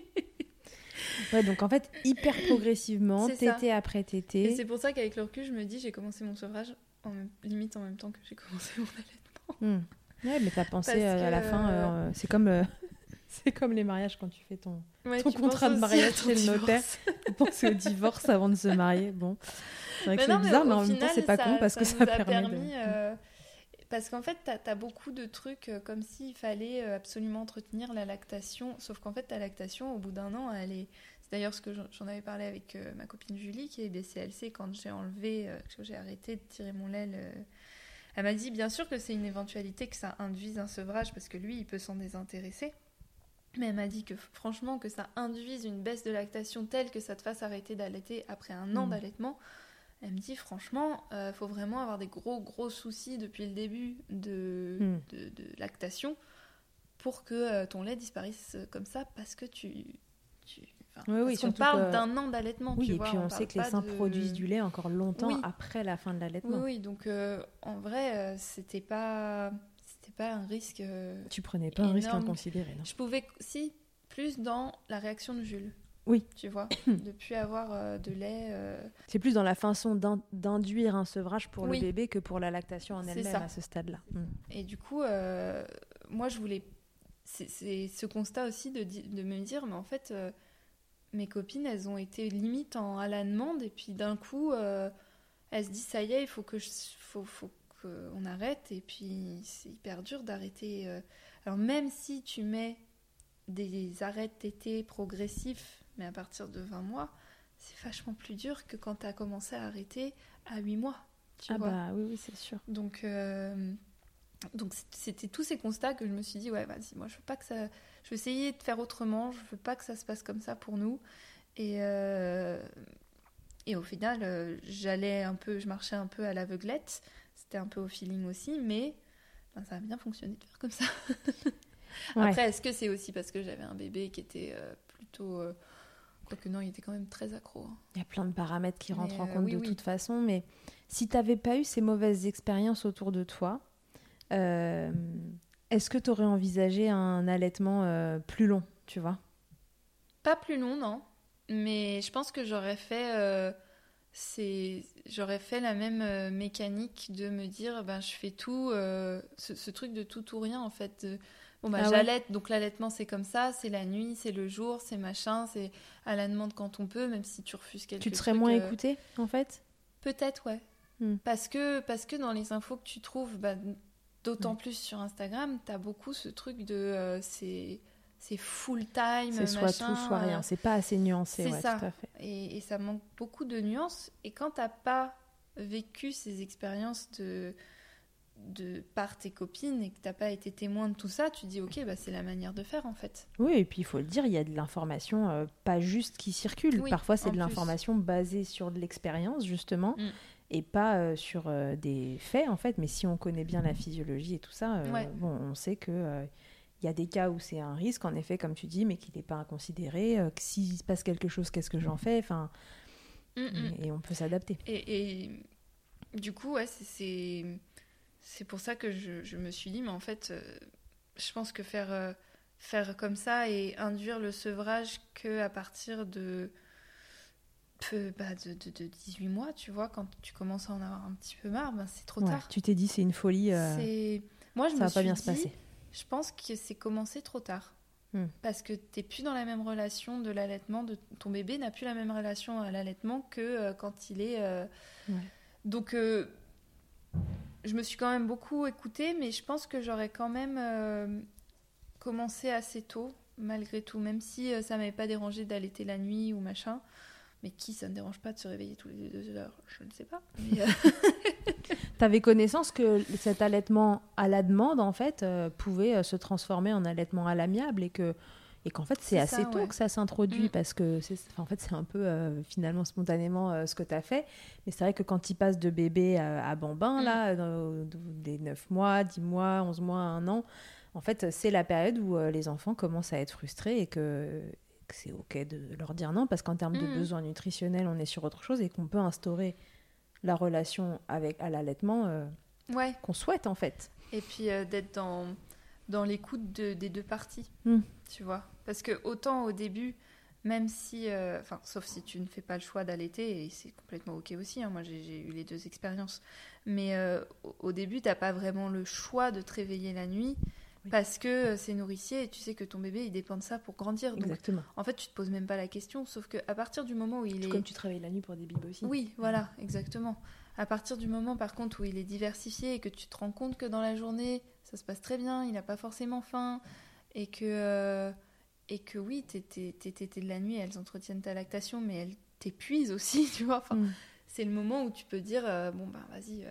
ouais, donc en fait, hyper progressivement, c'est tété ça. après tété. Et c'est pour ça qu'avec le recul, je me dis, j'ai commencé mon sevrage en même... limite en même temps que j'ai commencé mon allaitement. Mmh. Ouais, mais t'as pensé euh, à la fin, euh, c'est comme, euh, C'est comme les mariages quand tu fais ton, Ouais, ton tu contrat de penses aussi mariage à ton chez le notaire. divorce. Tu penses au divorce avant de se marier. Bon, c'est vrai que Mais c'est non, mais bizarre, au mais en même final, temps, c'est pas ça- con parce ça que nous ça a permet permis, de... euh, Parce qu'en fait, t'as as beaucoup de trucs euh, comme s'il fallait euh, absolument entretenir la lactation. Sauf qu'en fait, ta lactation, au bout d'un an, elle est... C'est d'ailleurs ce que j'en- j'en avais parlé avec euh, ma copine Julie, qui est B C L C, quand j'ai enlevé, euh, que j'ai arrêté de tirer mon lait. le- Elle m'a dit, bien sûr que c'est une éventualité que ça induise un sevrage, parce que lui, il peut s'en désintéresser. Mais elle m'a dit que franchement, que ça induise une baisse de lactation telle que ça te fasse arrêter d'allaiter après un an Mmh. d'allaitement. Elle me dit, franchement, il euh, faut vraiment avoir des gros, gros soucis depuis le début de, Mm. de, de lactation pour que euh, ton lait disparaisse comme ça, parce que tu... tu enfin, Oui, parce oui, qu'on surtout parle que- d'un an d'allaitement, Oui, tu et vois. puis on, on sait parle que les pas seins de- produisent du lait encore longtemps Oui. après la fin de l'allaitement. Oui, oui, donc euh, en vrai, euh, c'était pas... C'était pas un risque... euh, Tu prenais pas un risque énorme. inconsidéré, non? Je pouvais... Si, plus dans la réaction de Jules. Oui. Tu vois, de plus avoir euh, de lait... euh, C'est plus dans la façon d'in- d'induire un sevrage pour Oui. le bébé que pour la lactation en C'est elle-même ça. à ce stade-là. Mm. Et du coup, euh, moi, je voulais... C'est, c'est ce constat aussi de, di- de me dire, mais en fait, euh, mes copines, elles ont été limite en, à la demande, et puis d'un coup, euh, elles se disent, ça y est, il faut que je, faut, faut qu'on arrête, et puis c'est hyper dur d'arrêter. euh. Alors même si tu mets des arrêts de tétés progressifs, mais à partir de vingt mois, c'est vachement plus dur que quand tu as commencé à arrêter à huit mois. Tu Ah vois. bah oui, oui, c'est sûr. Donc, euh, donc c'est- c'était tous ces constats que je me suis dit, ouais, vas-y, moi je veux pas que ça... Je vais essayer de faire autrement, je veux pas que ça se passe comme ça pour nous. Et, euh, et au final, euh, j'allais un peu, je marchais un peu à l'aveuglette, c'était un peu au feeling aussi, mais ben, ça a bien fonctionné de faire comme ça. Ouais. Après, est-ce que c'est aussi parce que j'avais un bébé qui était euh, plutôt... euh, Quoique non, il était quand même très accro. hein. Il y a plein de paramètres qui Mais, rentrent en euh, compte oui, de oui. toute façon, mais si tu n'avais pas eu ces mauvaises expériences autour de toi, euh, est-ce que tu aurais envisagé un allaitement euh, plus long, tu vois? Pas plus long, non. Mais je pense que j'aurais fait, euh, c'est, j'aurais fait la même euh, mécanique de me dire, ben, je fais tout, euh, ce, ce truc de tout ou rien, en fait. de- Bon, bah, Ah ouais. j'allaite, donc l'allaitement, c'est comme ça, c'est la nuit, c'est le jour, c'est machin, c'est à la demande quand on peut, même si tu refuses quelque chose. Tu te serais moins écoutée, en fait? Peut-être, ouais. Hmm. Parce que, parce que dans les infos que tu trouves, bah, d'autant Ouais. plus sur Instagram, t'as beaucoup ce truc de... euh, c'est, c'est full time, C'est soit machin, tout, soit rien. euh, C'est pas assez nuancé, c'est ouais, ça. tout à fait. Et, et ça manque beaucoup de nuances. Et quand t'as pas vécu ces expériences de, de par tes copines et que t'as pas été témoin de tout ça, tu dis ok, bah, c'est la manière de faire en fait. Oui, et puis il faut le dire, il y a de l'information euh, pas juste qui circule. Oui, Parfois, c'est en de plus. l'information basée sur de l'expérience, justement, Mm. et pas euh, sur euh, des faits, en fait. Mais si on connaît bien la physiologie et tout ça, euh, Ouais. bon, on sait que euh, il y a des cas où c'est un risque, en effet, comme tu dis, mais qu'il n'est pas inconsidéré. Euh, que s'il se passe quelque chose, qu'est-ce que j'en fais? Enfin, Mm, mm. et, et on peut s'adapter. Et, et du coup, ouais, c'est, c'est, c'est pour ça que je, je me suis dit, mais en fait, euh, je pense que faire, euh, faire comme ça et induire le sevrage qu'à partir de, peu- bah, de, de, de dix-huit mois, tu vois, quand tu commences à en avoir un petit peu marre, ben, c'est trop Ouais, tard. tu t'es dit, c'est une folie, euh, C'est... Moi, je ça me va pas suis bien dit, se passer. je pense que c'est commencé trop tard. Hmm. Parce que t'es plus dans la même relation de l'allaitement, de ton bébé n'a plus la même relation à l'allaitement que euh, quand il est... euh, Ouais. Donc, euh, je me suis quand même beaucoup écoutée, mais je pense que j'aurais quand même euh, commencé assez tôt, malgré tout, même si euh, ça m'avait pas dérangé d'allaiter la nuit ou machin. Mais qui, ça ne dérange pas de se réveiller tous les deux heures? Je ne sais pas. Mais, euh, T'avais connaissance que cet allaitement à la demande, en fait, euh, pouvait euh, se transformer en allaitement à l'amiable et que et qu'en fait, c'est, C'est assez ça, tôt ouais. que ça s'introduit Mm. parce que c'est, enfin, en fait, c'est un peu euh, finalement spontanément euh, ce que tu as fait. Mais c'est vrai que quand il passe de bébé à, à bambin, Mm. là, dans- dans des neuf mois, dix mois, onze mois, un an, en fait, c'est la période où euh, les enfants commencent à être frustrés et que, que c'est OK de leur dire non parce qu'en termes de Mm. besoins nutritionnels, on est sur autre chose et qu'on peut instaurer la relation avec, à l'allaitement euh, ouais. qu'on souhaite, en fait. Et puis euh, d'être dans, dans l'écoute de- des deux parties, Mm. tu vois. Parce que autant au début, même si... euh, Enfin, sauf si tu ne fais pas le choix d'allaiter, et c'est complètement OK aussi, hein, moi j'ai, j'ai eu les deux expériences. Mais euh, au, au début, t'as pas vraiment le choix de te réveiller la nuit, Oui. Parce que c'est nourricier et tu sais que ton bébé, il dépend de ça pour grandir. Donc, Exactement. en fait, tu te poses même pas la question, sauf qu'à partir du moment où il Tout est... comme tu travailles la nuit pour des bibes aussi. Oui, voilà, exactement. À partir du moment, par contre, où il est diversifié et que tu te rends compte que dans la journée, ça se passe très bien, il n'a pas forcément faim, et que, euh, et que oui, tes tétés de la nuit, elles entretiennent ta lactation, mais elles t'épuisent aussi, tu vois. Enfin, mm. C'est le moment où tu peux dire, euh, bon, ben vas-y, euh,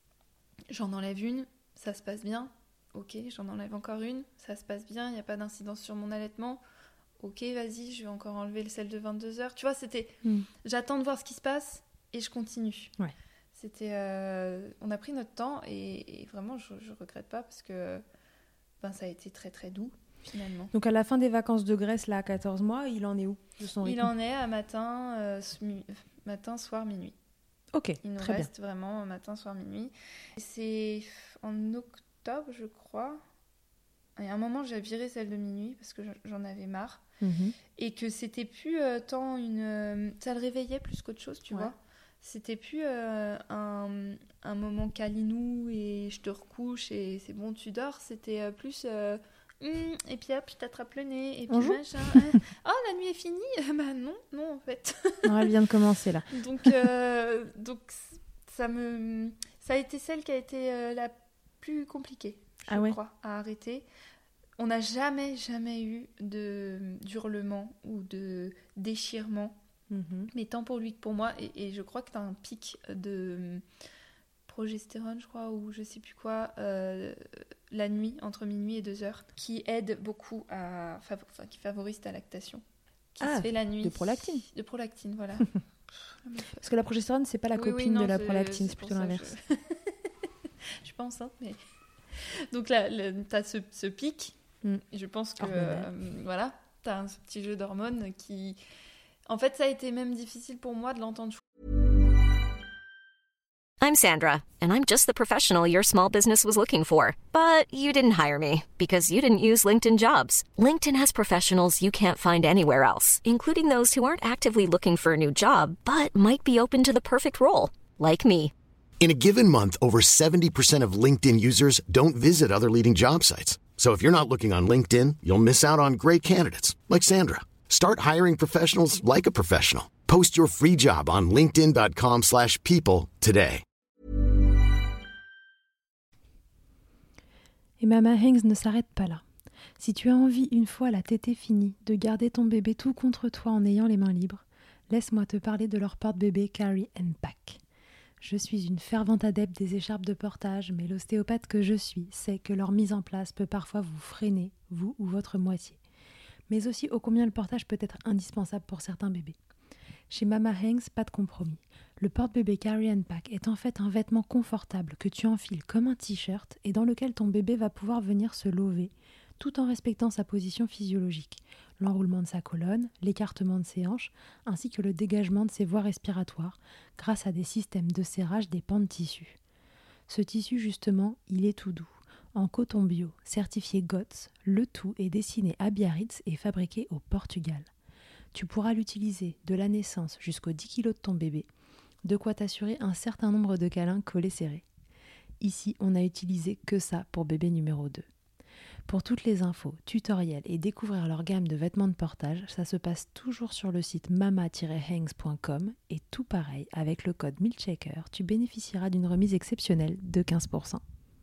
j'en enlève une, ça se passe bien. Ok, j'en enlève encore une, ça se passe bien, il n'y a pas d'incidence sur mon allaitement. Ok, vas-y, je vais encore enlever le sel de vingt-deux heures. Tu vois, c'était... Mm. J'attends de voir ce qui se passe et je continue. Ouais. C'était... Euh... On a pris notre temps et, et vraiment, je ne regrette pas parce que ben, ça a été très, très doux, finalement. Donc, à la fin des vacances de Grèce, là, à quatorze mois, il en est où de son rythme ? Il en est à matin, euh, mi... matin, soir, minuit. Ok, il nous très reste bien. vraiment matin, soir, minuit. Et c'est en octobre, je crois... Et à un moment, j'ai viré celle de minuit parce que j'en avais marre. Mmh. Et que c'était plus euh, tant une... Euh, ça le réveillait plus qu'autre chose, tu ouais. vois. C'était plus euh, un, un moment câlinou et je te recouche et c'est bon, tu dors. C'était euh, plus... Euh, hum, et puis hop, je t'attrape le nez et puis machin. Oh, la nuit est finie. Bah non, non, en fait. Non, elle vient de commencer, là. donc, euh, donc, ça me... Ça a été celle qui a été euh, la plus compliquée. Je ah ouais. crois, à arrêter. On n'a jamais, jamais eu de d'hurlement ou de déchirement, mm-hmm. mais tant pour lui que pour moi. Et, et je crois que tu as un pic de progestérone, je crois, ou je sais plus quoi, euh, la nuit, entre minuit et deux heures, qui aide beaucoup à... Enfin, qui favorise ta lactation. Qui ah, se fait la nuit. De prolactine. De prolactine, voilà. Parce que la progestérone, c'est pas la oui, copine oui, non, de la c'est, prolactine, c'est c'est plutôt l'inverse. Je... je suis pas enceinte, mais... Donc là, tu as ce, ce pic. Mm. Et je pense que euh, voilà, tu as un ce petit jeu d'hormones qui... En fait, ça a été même difficile pour moi de l'entendre. I'm Sandra, and I'm just the professional your small business was looking for. But you didn't hire me because you didn't use LinkedIn Jobs. LinkedIn has professionals you can't find anywhere else, including those who aren't actively looking for a new job, but might be open to the perfect role, like me. In a given month, over seventy percent of LinkedIn users don't visit other leading job sites. So if you're not looking on LinkedIn, you'll miss out on great candidates like Sandra. Start hiring professionals like a professional. Post your free job on linkedin dot com slash people today. Et Mama Hanks ne s'arrête pas là. Si tu as envie, une fois la tétée finie, de garder ton bébé tout contre toi en ayant les mains libres, laisse-moi te parler de leur porte-bébé Carry and Pack. Je suis une fervente adepte des écharpes de portage, mais l'ostéopathe que je suis sait que leur mise en place peut parfois vous freiner, vous ou votre moitié. Mais aussi ô combien le portage peut être indispensable pour certains bébés. Chez Mama Hanks, pas de compromis. Le porte-bébé Carry and Pack est en fait un vêtement confortable que tu enfiles comme un t-shirt et dans lequel ton bébé va pouvoir venir se lever, tout en respectant sa position physiologique, l'enroulement de sa colonne, l'écartement de ses hanches, ainsi que le dégagement de ses voies respiratoires, grâce à des systèmes de serrage des pans de tissu. Ce tissu, justement, il est tout doux. En coton bio, certifié G O T S, le tout est dessiné à Biarritz et fabriqué au Portugal. Tu pourras l'utiliser de la naissance jusqu'aux dix kilos de ton bébé, de quoi t'assurer un certain nombre de câlins collés serrés. Ici, on n'a utilisé que ça pour bébé numéro deux. Pour toutes les infos, tutoriels et découvrir leur gamme de vêtements de portage, ça se passe toujours sur le site mama tiret hanks point com et tout pareil, avec le code MILKSHAKER, tu bénéficieras d'une remise exceptionnelle de quinze pour cent.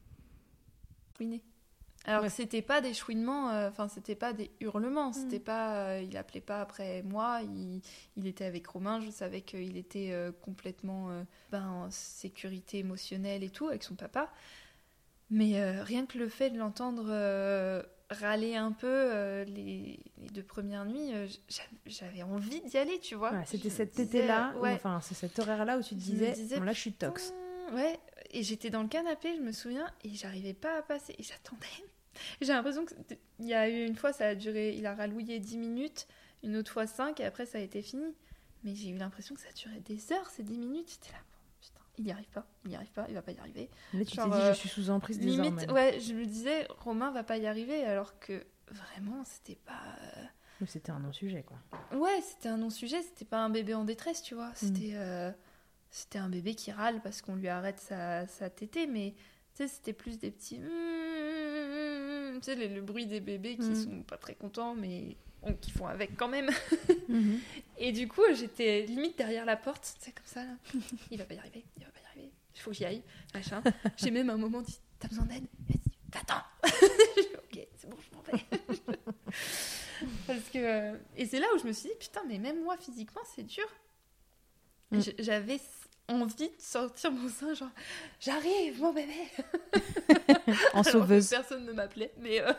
Oui. Alors ouais. C'était pas des chouinements, enfin euh, c'était pas des hurlements, mmh. c'était pas, euh, il appelait pas après moi, il, il était avec Romain, je savais qu'il était euh, complètement euh, ben, en sécurité émotionnelle et tout avec son papa. Mais euh, rien que le fait de l'entendre euh, râler un peu euh, les, les deux premières nuits, euh, j'avais envie d'y aller, tu vois. Ouais, c'était je cette tétée-là, ouais. enfin c'est cet horaire-là où tu te disais, disais, bon là je suis tox. Ouais, et j'étais dans le canapé, je me souviens, et j'arrivais pas à passer, et j'attendais. J'ai l'impression qu'il y a eu une fois, ça a duré, il a rallouillé dix minutes, une autre fois cinq, et après ça a été fini. Mais j'ai eu l'impression que ça durait des heures, ces dix minutes, j'étais là. Il n'y arrive pas, il n'y arrive pas, il va pas y arriver. Là, tu Genre, t'es dit, euh, je suis sous emprise des limite, hormones. Ouais, je me disais, Romain va pas y arriver, alors que vraiment, c'était pas... Euh... C'était un non-sujet, quoi. Ouais, c'était un non-sujet, c'était pas un bébé en détresse, tu vois. C'était, mmh. euh, c'était un bébé qui râle parce qu'on lui arrête sa, sa tétée, mais tu sais, c'était plus des petits... même, tu sais, le, le bruit des bébés qui mmh. sont pas très contents, mais bon, qui font avec quand même. Mmh. Et du coup, j'étais limite derrière la porte, tu sais, comme ça, là. Il va pas y arriver, il va pas y arriver, il faut que j'y aille, machin. J'ai même un moment dit, t'as besoin d'aide? Elle m'a dit, va-t'en. J'ai dit, ok, c'est bon, je m'en vais. Parce que... euh, Et c'est là où je me suis dit, putain, mais même moi, physiquement, c'est dur. Mmh. J'avais envie de sortir mon sein, genre, j'arrive, mon bébé. En sauveuse. Alors que personne ne m'appelait, mais... Euh...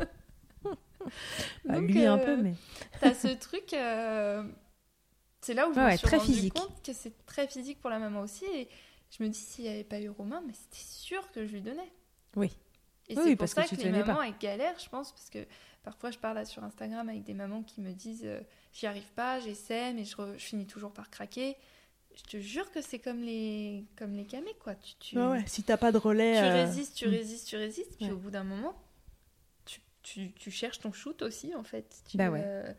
Bah, Donc, lui euh, un peu, mais... T'as ce truc... Euh... C'est là où je ouais, me ouais, suis très rendu physique. compte que c'est très physique pour la maman aussi. Et je me dis, s'il n'y avait pas eu Romain, mais c'était sûr que je lui donnais. Oui. Et oui, c'est pour parce ça que, que, tu les tenais mamans, pas. elles galèrent, je pense, parce que parfois, je parle là sur Instagram avec des mamans qui me disent euh, j'y arrive pas, j'essaie, mais je, re... je finis toujours par craquer. Je te jure que c'est comme les, comme les camés, quoi. Tu, tu... Ouais, ouais. Si t'as pas de relais... Tu euh... résistes, tu mmh. résistes, tu résistes, puis ouais. au bout d'un moment... Tu, tu cherches ton shoot aussi, en fait. Tu, bah ouais. Euh...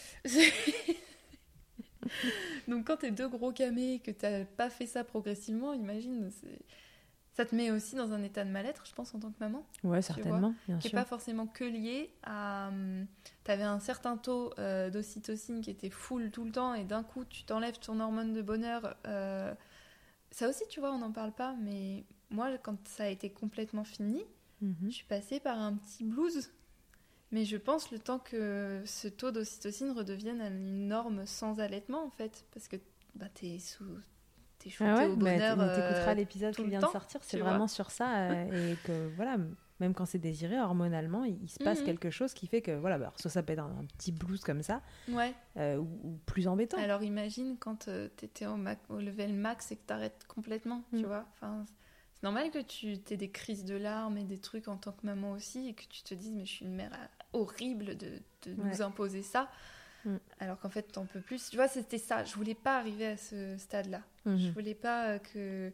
Donc, quand t'es deux gros camés et que t'as pas fait ça progressivement, imagine, c'est... ça te met aussi dans un état de mal-être, je pense, en tant que maman. Ouais, certainement, bien qui sûr. Qui n'est pas forcément que lié à... T'avais un certain taux euh, d'ocytocine qui était full tout le temps, et d'un coup, tu t'enlèves ton hormone de bonheur. Euh... Ça aussi, tu vois, on n'en parle pas, mais moi, quand ça a été complètement fini, mm-hmm. je suis passée par un petit blues. Mais je pense le temps que ce taux d'ocytocine redevienne une norme sans allaitement, en fait. Parce que bah, t'es sous... T'es shooté ah ouais, au bonheur bah, t'écouteras euh, l'épisode qui vient temps, de sortir, c'est vraiment vois. Sur ça. Euh, et que, voilà, même quand c'est désiré, hormonalement, il, il se passe mm-hmm. quelque chose qui fait que, voilà, bah, soit ça peut être un, un petit blues comme ça, ouais. euh, ou, ou plus embêtant. Alors imagine quand euh, t'étais au, ma- au level max et que t'arrêtes complètement, mm. tu vois. Enfin, c'est normal que tu aies des crises de larmes et des trucs en tant que maman aussi, et que tu te dises, mais je suis une mère horrible de, de ouais. nous imposer ça. Mm. Alors qu'en fait, t'en peux plus. Tu vois, c'était ça. Je voulais pas arriver à ce stade-là. Mm-hmm. Je voulais pas que...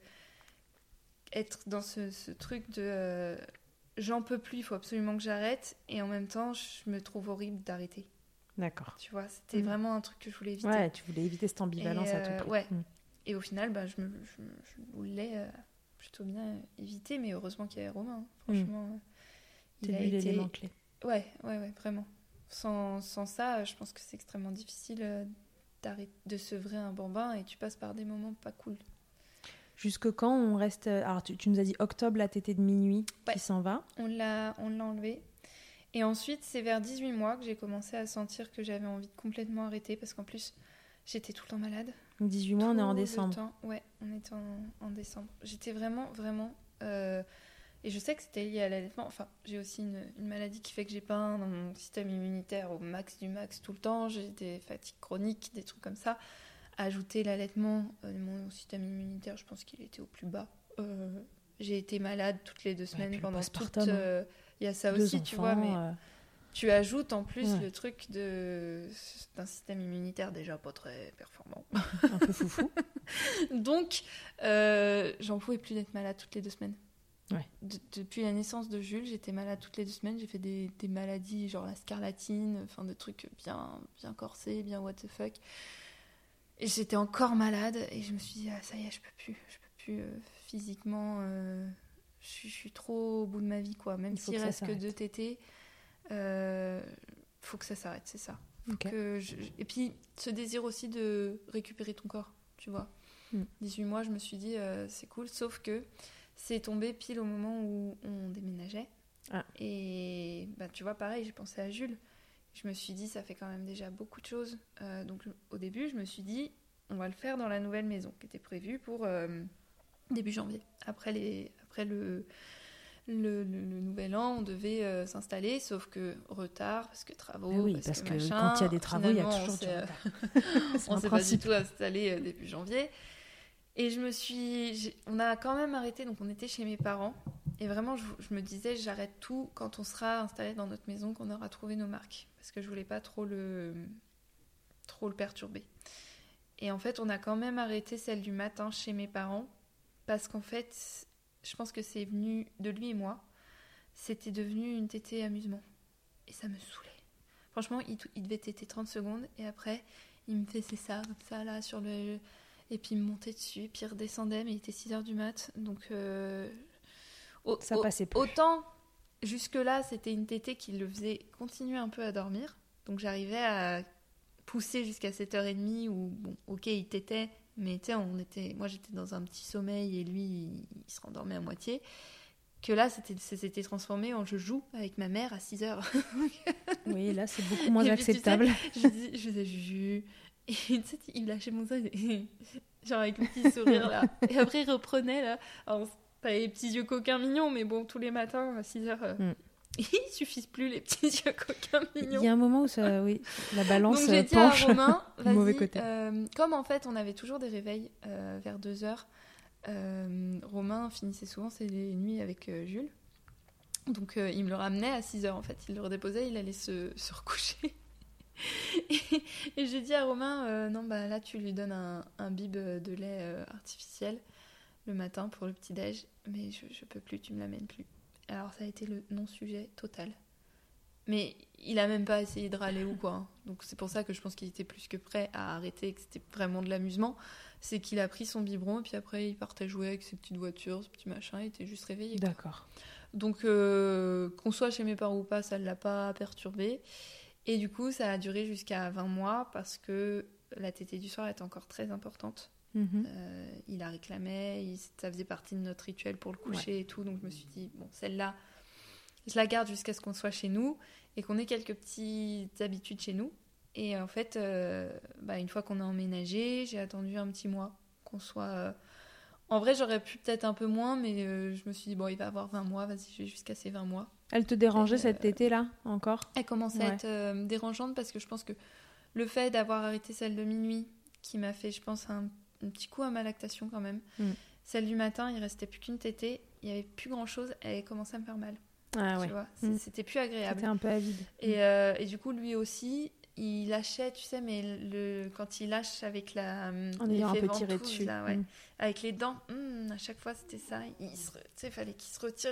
être dans ce, ce truc de... Euh, j'en peux plus, il faut absolument que j'arrête. Et en même temps, je me trouve horrible d'arrêter. D'accord. Tu vois, c'était mm. vraiment un truc que je voulais éviter. Ouais, tu voulais éviter cette ambivalence et, à tout euh, prix. Ouais. Mm. Et au final, bah, je, me, je, je voulais euh, plutôt bien éviter. Mais heureusement qu'il y avait Romain. Hein. Franchement, mm. il a été... l'élément clé. Ouais, ouais, ouais, vraiment. Sans, sans ça, je pense que c'est extrêmement difficile de sevrer un bambin et tu passes par des moments pas cool. Jusque quand on reste... Alors, tu, tu nous as dit octobre, la tétée de minuit ouais. qui s'en va. On l'a, on l'a enlevé. Et ensuite, c'est vers dix-huit mois que j'ai commencé à sentir que j'avais envie de complètement arrêter parce qu'en plus, j'étais tout le temps malade. Donc dix-huit mois, on est en décembre. Temps. Ouais, on est en, en décembre. J'étais vraiment, vraiment... Euh, Et je sais que c'était lié à l'allaitement. Enfin, j'ai aussi une, une maladie qui fait que j'ai pas un, dans mon système immunitaire au max du max tout le temps. J'ai des fatigues chroniques, des trucs comme ça. Ajouter l'allaitement, euh, mon système immunitaire, je pense qu'il était au plus bas. Euh, j'ai été malade toutes les deux semaines ouais, pendant toute... Il euh, y a ça deux aussi, enfants, tu vois, mais euh... tu ajoutes en plus ouais. le truc de, d'un système immunitaire déjà pas très performant. Un peu foufou. Donc, euh, j'en pouvais plus d'être malade toutes les deux semaines. Ouais. De, depuis la naissance de Jules, j'étais malade toutes les deux semaines. J'ai fait des, des maladies genre la scarlatine, enfin des trucs bien, bien corsés, bien what the fuck. Et j'étais encore malade et je me suis dit ah, ça y est, je peux plus, je peux plus euh, physiquement. Euh, je, je suis trop au bout de ma vie quoi. Même s'il reste que deux tétées, euh, faut que ça s'arrête, c'est ça. Okay. Que je, et puis ce désir aussi de récupérer ton corps, tu vois. Mm. dix-huit mois, je me suis dit euh, c'est cool, sauf que c'est tombé pile au moment où on déménageait. Ah. Et bah, tu vois, pareil, j'ai pensé à Jules. Je me suis dit, ça fait quand même déjà beaucoup de choses. Euh, donc, au début, je me suis dit, on va le faire dans la nouvelle maison qui était prévue pour euh, début janvier. Après, les, après le, le, le, le nouvel an, on devait euh, s'installer, sauf que retard, parce que travaux, oui, parce, parce que, que machin. Quand il y a des travaux, il y a toujours du retard. On ne s'est pas du tout installé euh, début janvier. Et je me suis... J'ai... On a quand même arrêté, donc on était chez mes parents. Et vraiment, je, je me disais, j'arrête tout quand on sera installé dans notre maison, qu'on aura trouvé nos marques. Parce que je voulais pas trop le, trop le perturber. Et en fait, on a quand même arrêté celle du matin chez mes parents. Parce qu'en fait, je pense que c'est venu de lui et moi. C'était devenu une tétée amusement. Et ça me saoulait. Franchement, il, il devait téter trente secondes. Et après, il me faisait ça, comme ça, là, sur le... Et puis il me montait dessus, et puis il redescendait, mais il était six heures du mat. Donc, euh, au, ça au, passait plus. Autant jusque-là, c'était une tétée qui le faisait continuer un peu à dormir. Donc j'arrivais à pousser jusqu'à sept heures trente où, bon, ok, il tétait, mais tu sais, on était, moi j'étais dans un petit sommeil et lui, il, il se rendormait à moitié. Que là, c'était, ça s'était transformé en je joue avec ma mère à six heures. Oui, là, c'est beaucoup moins et acceptable. Puis, tu sais, je faisais, je faisais Juju. Et tu sais, il lâchait mon sein, genre avec le petit sourire là. Et après, il reprenait là. Alors, t'as les petits yeux coquins mignons, mais bon, tous les matins à six heures, euh, mm. il suffisent plus les petits yeux coquins mignons. Il y a un moment où ça, oui, la balance Donc j'ai dit penche à Romain, du mauvais côté. Euh, comme en fait, on avait toujours des réveils euh, vers deux heures. Euh, Romain finissait souvent ses nuits avec euh, Jules. Donc euh, il me le ramenait à six heures en fait. Il le redéposait, il allait se, se recoucher. et, et j'ai dit à Romain, euh, non bah là tu lui donnes un, un bib de lait euh, artificiel le matin pour le petit-déj, mais je, je peux plus, tu me l'amènes plus. Alors ça a été le non-sujet total. Mais il a même pas essayé de râler ou quoi. Hein. Donc c'est pour ça que je pense qu'il était plus que prêt à arrêter, que c'était vraiment de l'amusement. C'est qu'il a pris son biberon et puis après il partait jouer avec ses petites voitures, ce petit machin, il était juste réveillé. Quoi. D'accord. Donc euh, qu'on soit chez mes parents ou pas, ça ne l'a pas perturbé. Et du coup ça a duré jusqu'à vingt mois parce que la tétée du soir est encore très importante. Mmh. Euh, il la réclamait, il, ça faisait partie de notre rituel pour le coucher ouais. et tout. Donc je me suis dit, bon celle-là, je la garde jusqu'à ce qu'on soit chez nous et qu'on ait quelques petites habitudes chez nous. Et en fait, euh, bah, une fois qu'on a emménagé, j'ai attendu un petit mois qu'on soit... Euh... En vrai, j'aurais pu peut-être un peu moins, mais euh, je me suis dit, bon, il va avoir vingt mois, vas-y, je vais jusqu'à ces vingt mois. Elle te dérangeait, et, cette tétée-là, encore ? Elle commençait ouais. à être euh, dérangeante parce que je pense que le fait d'avoir arrêté celle de minuit, qui m'a fait, je pense, un, un petit coup à ma lactation quand même. Mm. Celle du matin, il restait plus qu'une tétée, il n'y avait plus grand-chose, elle commençait à me faire mal. Ah ouais. Tu vois, mm. c'était plus agréable. C'était un peu avide. Et, euh, et du coup, lui aussi... Il lâchait, tu sais, mais le... quand il lâche avec la... En ayant un peu tiré dessus. Là, ouais. mm. Avec les dents, mm, à chaque fois, c'était ça. Il se... Tu sais, il fallait qu'il se retire.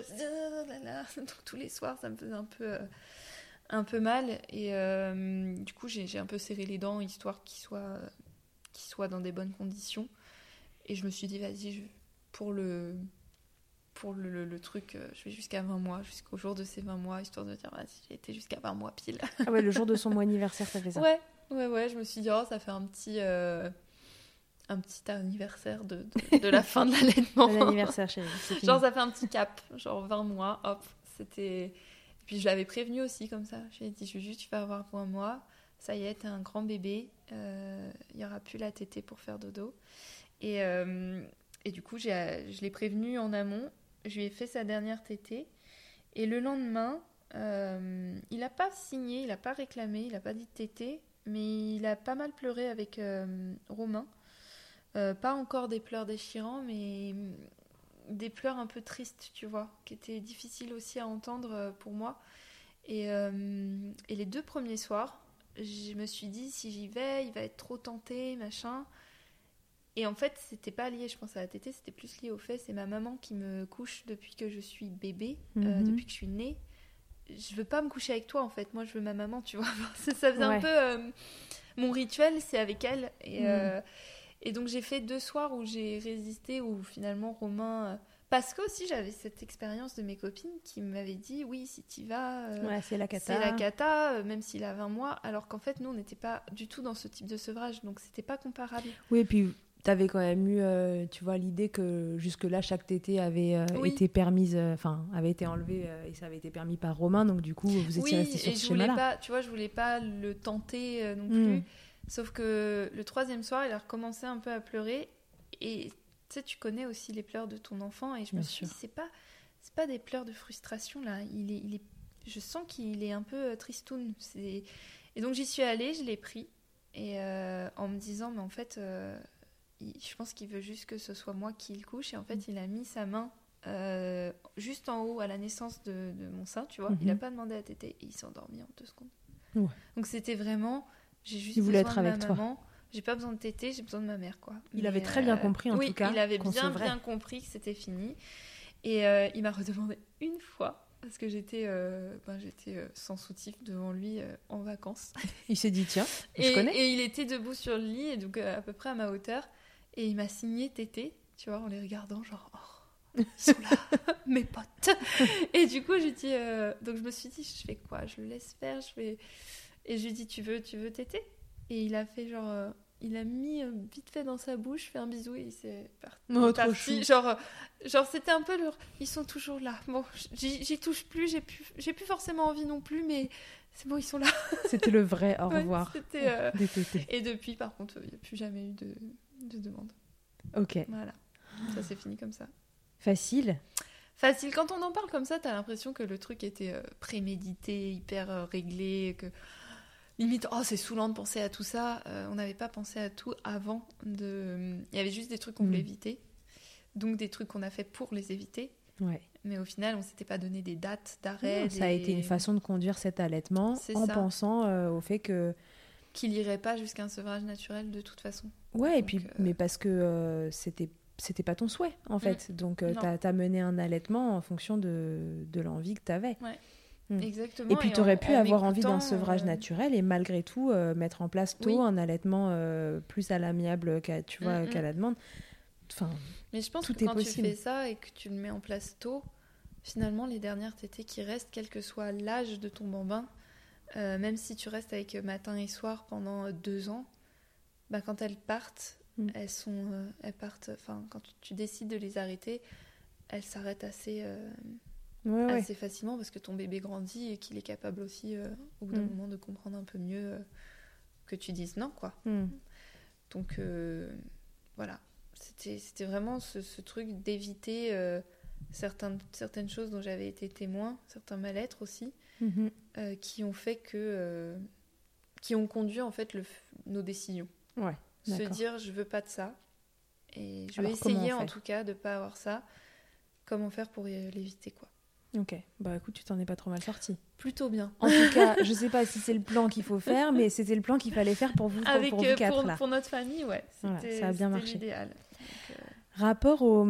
Donc, tous les soirs, ça me faisait un peu, euh, un peu mal. Et euh, du coup, j'ai, j'ai un peu serré les dents, histoire qu'il soit, qu'il soit dans des bonnes conditions. Et je me suis dit, vas-y, je... pour le... Pour le, le, le truc, euh, je vais jusqu'à vingt mois, jusqu'au jour de ces vingt mois, histoire de dire, vas-y, j'ai été jusqu'à vingt mois pile. Ah ouais, le jour de son mois anniversaire, t'as fait ça ? Ouais, ouais, ouais, je me suis dit, oh, ça fait un petit, euh, un petit anniversaire de, de, de la fin de l'allaitement. Bon anniversaire, chérie, c'est fini. Genre, ça fait un petit cap, genre vingt mois, hop, c'était... Et puis, je l'avais prévenu aussi, comme ça. Je lui ai dit, Juju, tu vas avoir vingt mois, ça y est, t'es un grand bébé, il euh, n'y aura plus la tétée pour faire dodo. Et, euh, et du coup, j'ai, je l'ai prévenu en amont. Je lui ai fait sa dernière tétée. Et le lendemain, euh, il n'a pas signé, il n'a pas réclamé, il n'a pas dit tétée, mais il a pas mal pleuré avec euh, Romain. Euh, pas encore des pleurs déchirants, mais des pleurs un peu tristes, tu vois, qui étaient difficiles aussi à entendre pour moi. Et, euh, et les deux premiers soirs, je me suis dit, si j'y vais, il va être trop tenté, machin... Et en fait, c'était pas lié, je pense, à la tétée, c'était plus lié au fait, c'est ma maman qui me couche depuis que je suis bébé, mm-hmm. euh, depuis que je suis née. Je veux pas me coucher avec toi, en fait. Moi, je veux ma maman, tu vois. ça, ça faisait ouais. un peu... Euh, mon rituel, c'est avec elle. Et, mm. euh, et donc, j'ai fait deux soirs où j'ai résisté, où finalement, Romain... Euh, parce que aussi, j'avais cette expérience de mes copines qui m'avaient dit, oui, si t'y vas... Euh, ouais, c'est la cata. C'est la cata, euh, même s'il a vingt mois. Alors qu'en fait, nous, on n'était pas du tout dans ce type de sevrage. Donc, c'était pas comparable. Oui, et puis... T'avais quand même eu, euh, tu vois, l'idée que jusque-là, chaque tétée avait euh, oui. été permise, enfin, euh, avait été enlevée euh, et ça avait été permis par Romain, donc du coup, vous étiez oui, resté sur ce schéma-là. Pas, tu vois, je voulais pas le tenter euh, non mm. plus. Sauf que le troisième soir, il a recommencé un peu à pleurer. Et tu sais, tu connais aussi les pleurs de ton enfant. Et je Bien me suis sûr. dit, c'est pas, c'est pas des pleurs de frustration, là. Il est, il est, je sens qu'il est un peu euh, tristoun. C'est... Et donc, j'y suis allée, je l'ai pris. Et euh, en me disant, mais en fait... Euh, je pense qu'il veut juste que ce soit moi qui le couche. Et en fait, mmh. il a mis sa main euh, juste en haut à la naissance de, de mon sein, tu vois. Mmh. Il n'a pas demandé à téter et il s'est endormi en deux secondes. Ouais. Donc, c'était vraiment... J'ai juste il voulait besoin être de avec ma toi. maman. J'ai pas besoin de téter, j'ai besoin de ma mère, quoi. Il Mais, avait très bien compris, en oui, tout cas. Oui, il avait bien, bien compris que c'était fini. Et euh, il m'a redemandé une fois, parce que j'étais, euh, ben, j'étais euh, sans soutif devant lui euh, en vacances. Il s'est dit, tiens, et, je connais. Et il était debout sur le lit, et donc euh, à peu près à ma hauteur. Et il m'a signé tété, tu vois, en les regardant, genre, oh, ils sont là, mes potes. Et du coup, je dis, euh, donc je me suis dit, je fais quoi? Je le laisse faire, je fais... Et je lui dis, tu veux, tu veux téter? Et il a fait genre, euh, il a mis euh, vite fait dans sa bouche, fait un bisou et il s'est parti. Oh, trop chou. Genre, euh, genre c'était un peu le, ils sont toujours là. Bon, j'y, j'y touche plus, j'ai plus, j'ai plus forcément envie non plus, mais c'est bon, ils sont là. C'était le vrai au revoir. Ouais, c'était, euh... des tétés. Et depuis, par contre, il n'y a plus jamais eu de, de demande. Ok. Voilà, ça c'est fini comme ça. Facile. Facile. Quand on en parle comme ça, t'as l'impression que le truc était euh, prémédité, hyper euh, réglé, que limite, oh c'est saoulant de penser à tout ça. Euh, on n'avait pas pensé à tout avant. De... Il y avait juste des trucs qu'on voulait Mm. éviter, donc des trucs qu'on a fait pour les éviter. Ouais. Mais au final, on s'était pas donné des dates d'arrêt. Non, des... Ça a été une façon de conduire cet allaitement C'est en ça. pensant euh, au fait que qu'il irait pas jusqu'à un sevrage naturel de toute façon. ouais, Donc, et puis euh... mais parce que euh, c'était c'était pas ton souhait en fait. Mm. Donc euh, t'as, t'as mené un allaitement en fonction de, de l'envie que t'avais. Ouais. Mm. Exactement. Et puis tu aurais pu en, en avoir envie d'un m'écoutant, sevrage euh... naturel et malgré tout euh, mettre en place tôt Oui. un allaitement euh, plus à l'amiable qu'à, tu vois, Mm-mm. qu'à la demande. Enfin, Mais je pense tout que est quand possible. tu fais ça et que tu le mets en place tôt, finalement les dernières tétées qui restent, quel que soit l'âge de ton bambin, euh, même si tu restes avec matin et soir pendant deux ans, bah, quand elles partent, Mm. elles sont, euh, elles partent. Enfin, quand tu, tu décides de les arrêter, elles s'arrêtent assez, euh, ouais, ouais. assez facilement parce que ton bébé grandit et qu'il est capable aussi, euh, au bout d'un Mm. moment, de comprendre un peu mieux euh, que tu dises non, quoi. Mm. Donc euh, voilà, c'était, c'était vraiment ce, ce truc d'éviter euh, certaines, certaines choses dont j'avais été témoin, certains mal-être aussi, Mhm. euh, qui ont fait que, euh, qui ont conduit en fait le, nos décisions. Ouais, Se d'accord. dire je veux pas de ça et je vais Alors, comment on essayer en fait tout cas de pas avoir ça. Comment faire pour y- l'éviter quoi. Ok, bah écoute, tu t'en es pas trop mal sorti. Plutôt bien. En tout cas, je sais pas si c'est le plan qu'il faut faire, mais c'était le plan qu'il fallait faire pour vous, pour, Avec pour vous euh, quatre pour, là. pour notre famille, ouais, Voilà, c'était, ça a bien c'était marché. l'idéal. Donc, euh, Rapport au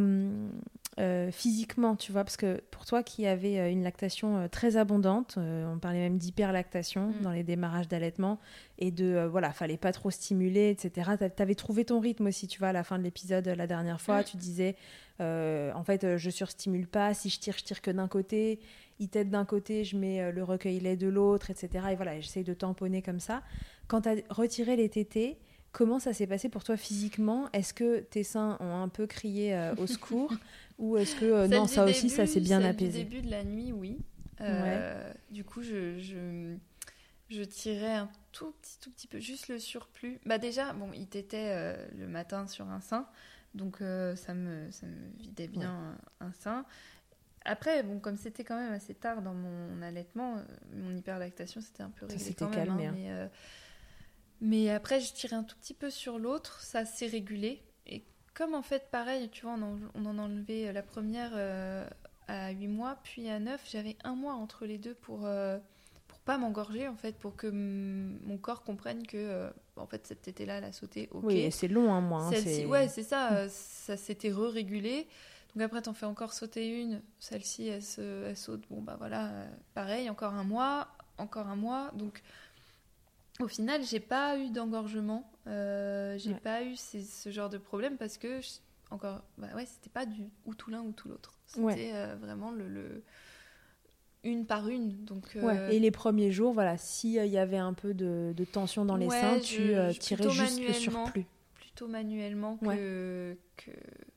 euh, physiquement, tu vois, parce que pour toi qui avais euh, une lactation euh, très abondante, euh, on parlait même d'hyperlactation Mm. dans les démarrages d'allaitement et de euh, voilà, fallait pas trop stimuler, et cetera. T'a- T'avais trouvé ton rythme aussi, tu vois, à la fin de l'épisode euh, la dernière fois, Mm. tu disais euh, en fait euh, je surstimule pas, si je tire, je tire que d'un côté, il t'aide d'un côté, je mets euh, le recueil-lait de l'autre, et cetera. Et voilà, j'essaye de tamponner comme ça. Quand t'as retiré les tétés, comment ça s'est passé pour toi physiquement? Est-ce que tes seins ont un peu crié euh, au secours ou est-ce que euh, Celle non, du ça aussi, début, ça s'est bien celle apaisé? Du début de la nuit, oui. Euh, Du coup, je, je, je tirais un tout petit, tout petit peu, juste le surplus. Bah déjà, bon, il t'était euh, le matin sur un sein, donc euh, ça, me, ça me vidait bien un, un sein. Après, bon, comme c'était quand même assez tard dans mon allaitement, euh, mon hyperlactation, c'était un peu Ça réglé s'était quand même. calmé, hein, hein. mais, euh, mais après, je tirais un tout petit peu sur l'autre, ça s'est régulé. Et comme en fait, pareil, tu vois, on en, on en a enlevé la première euh, à huit mois, puis à neuf, j'avais un mois entre les deux pour, euh, pour pas m'engorger, en fait, pour que m- mon corps comprenne que, euh, en fait, cette tétée-là, elle a sauté, ok. Oui, et c'est long, un mois. Hein, Celle-ci, c'est... ouais, c'est ça, euh, ça s'était re-régulé. Donc après, t'en fais encore sauter une, celle-ci, elle, se, elle saute, bon, bah voilà, euh, pareil, encore un mois, encore un mois, donc... Au final, j'ai pas eu d'engorgement, euh, j'ai Ouais. pas eu ces- ce genre de problème parce que je- encore, bah ouais, c'était pas du ou tout l'un ou tout l'autre. C'était Ouais. euh, vraiment le, le- une par une. Donc euh, Ouais. Et les premiers jours, voilà, s'il y avait un peu de, de tension dans les ouais, seins, je- tu euh, je- tirais plutôt juste le manuellement. surplus. plutôt manuellement que, Ouais. que...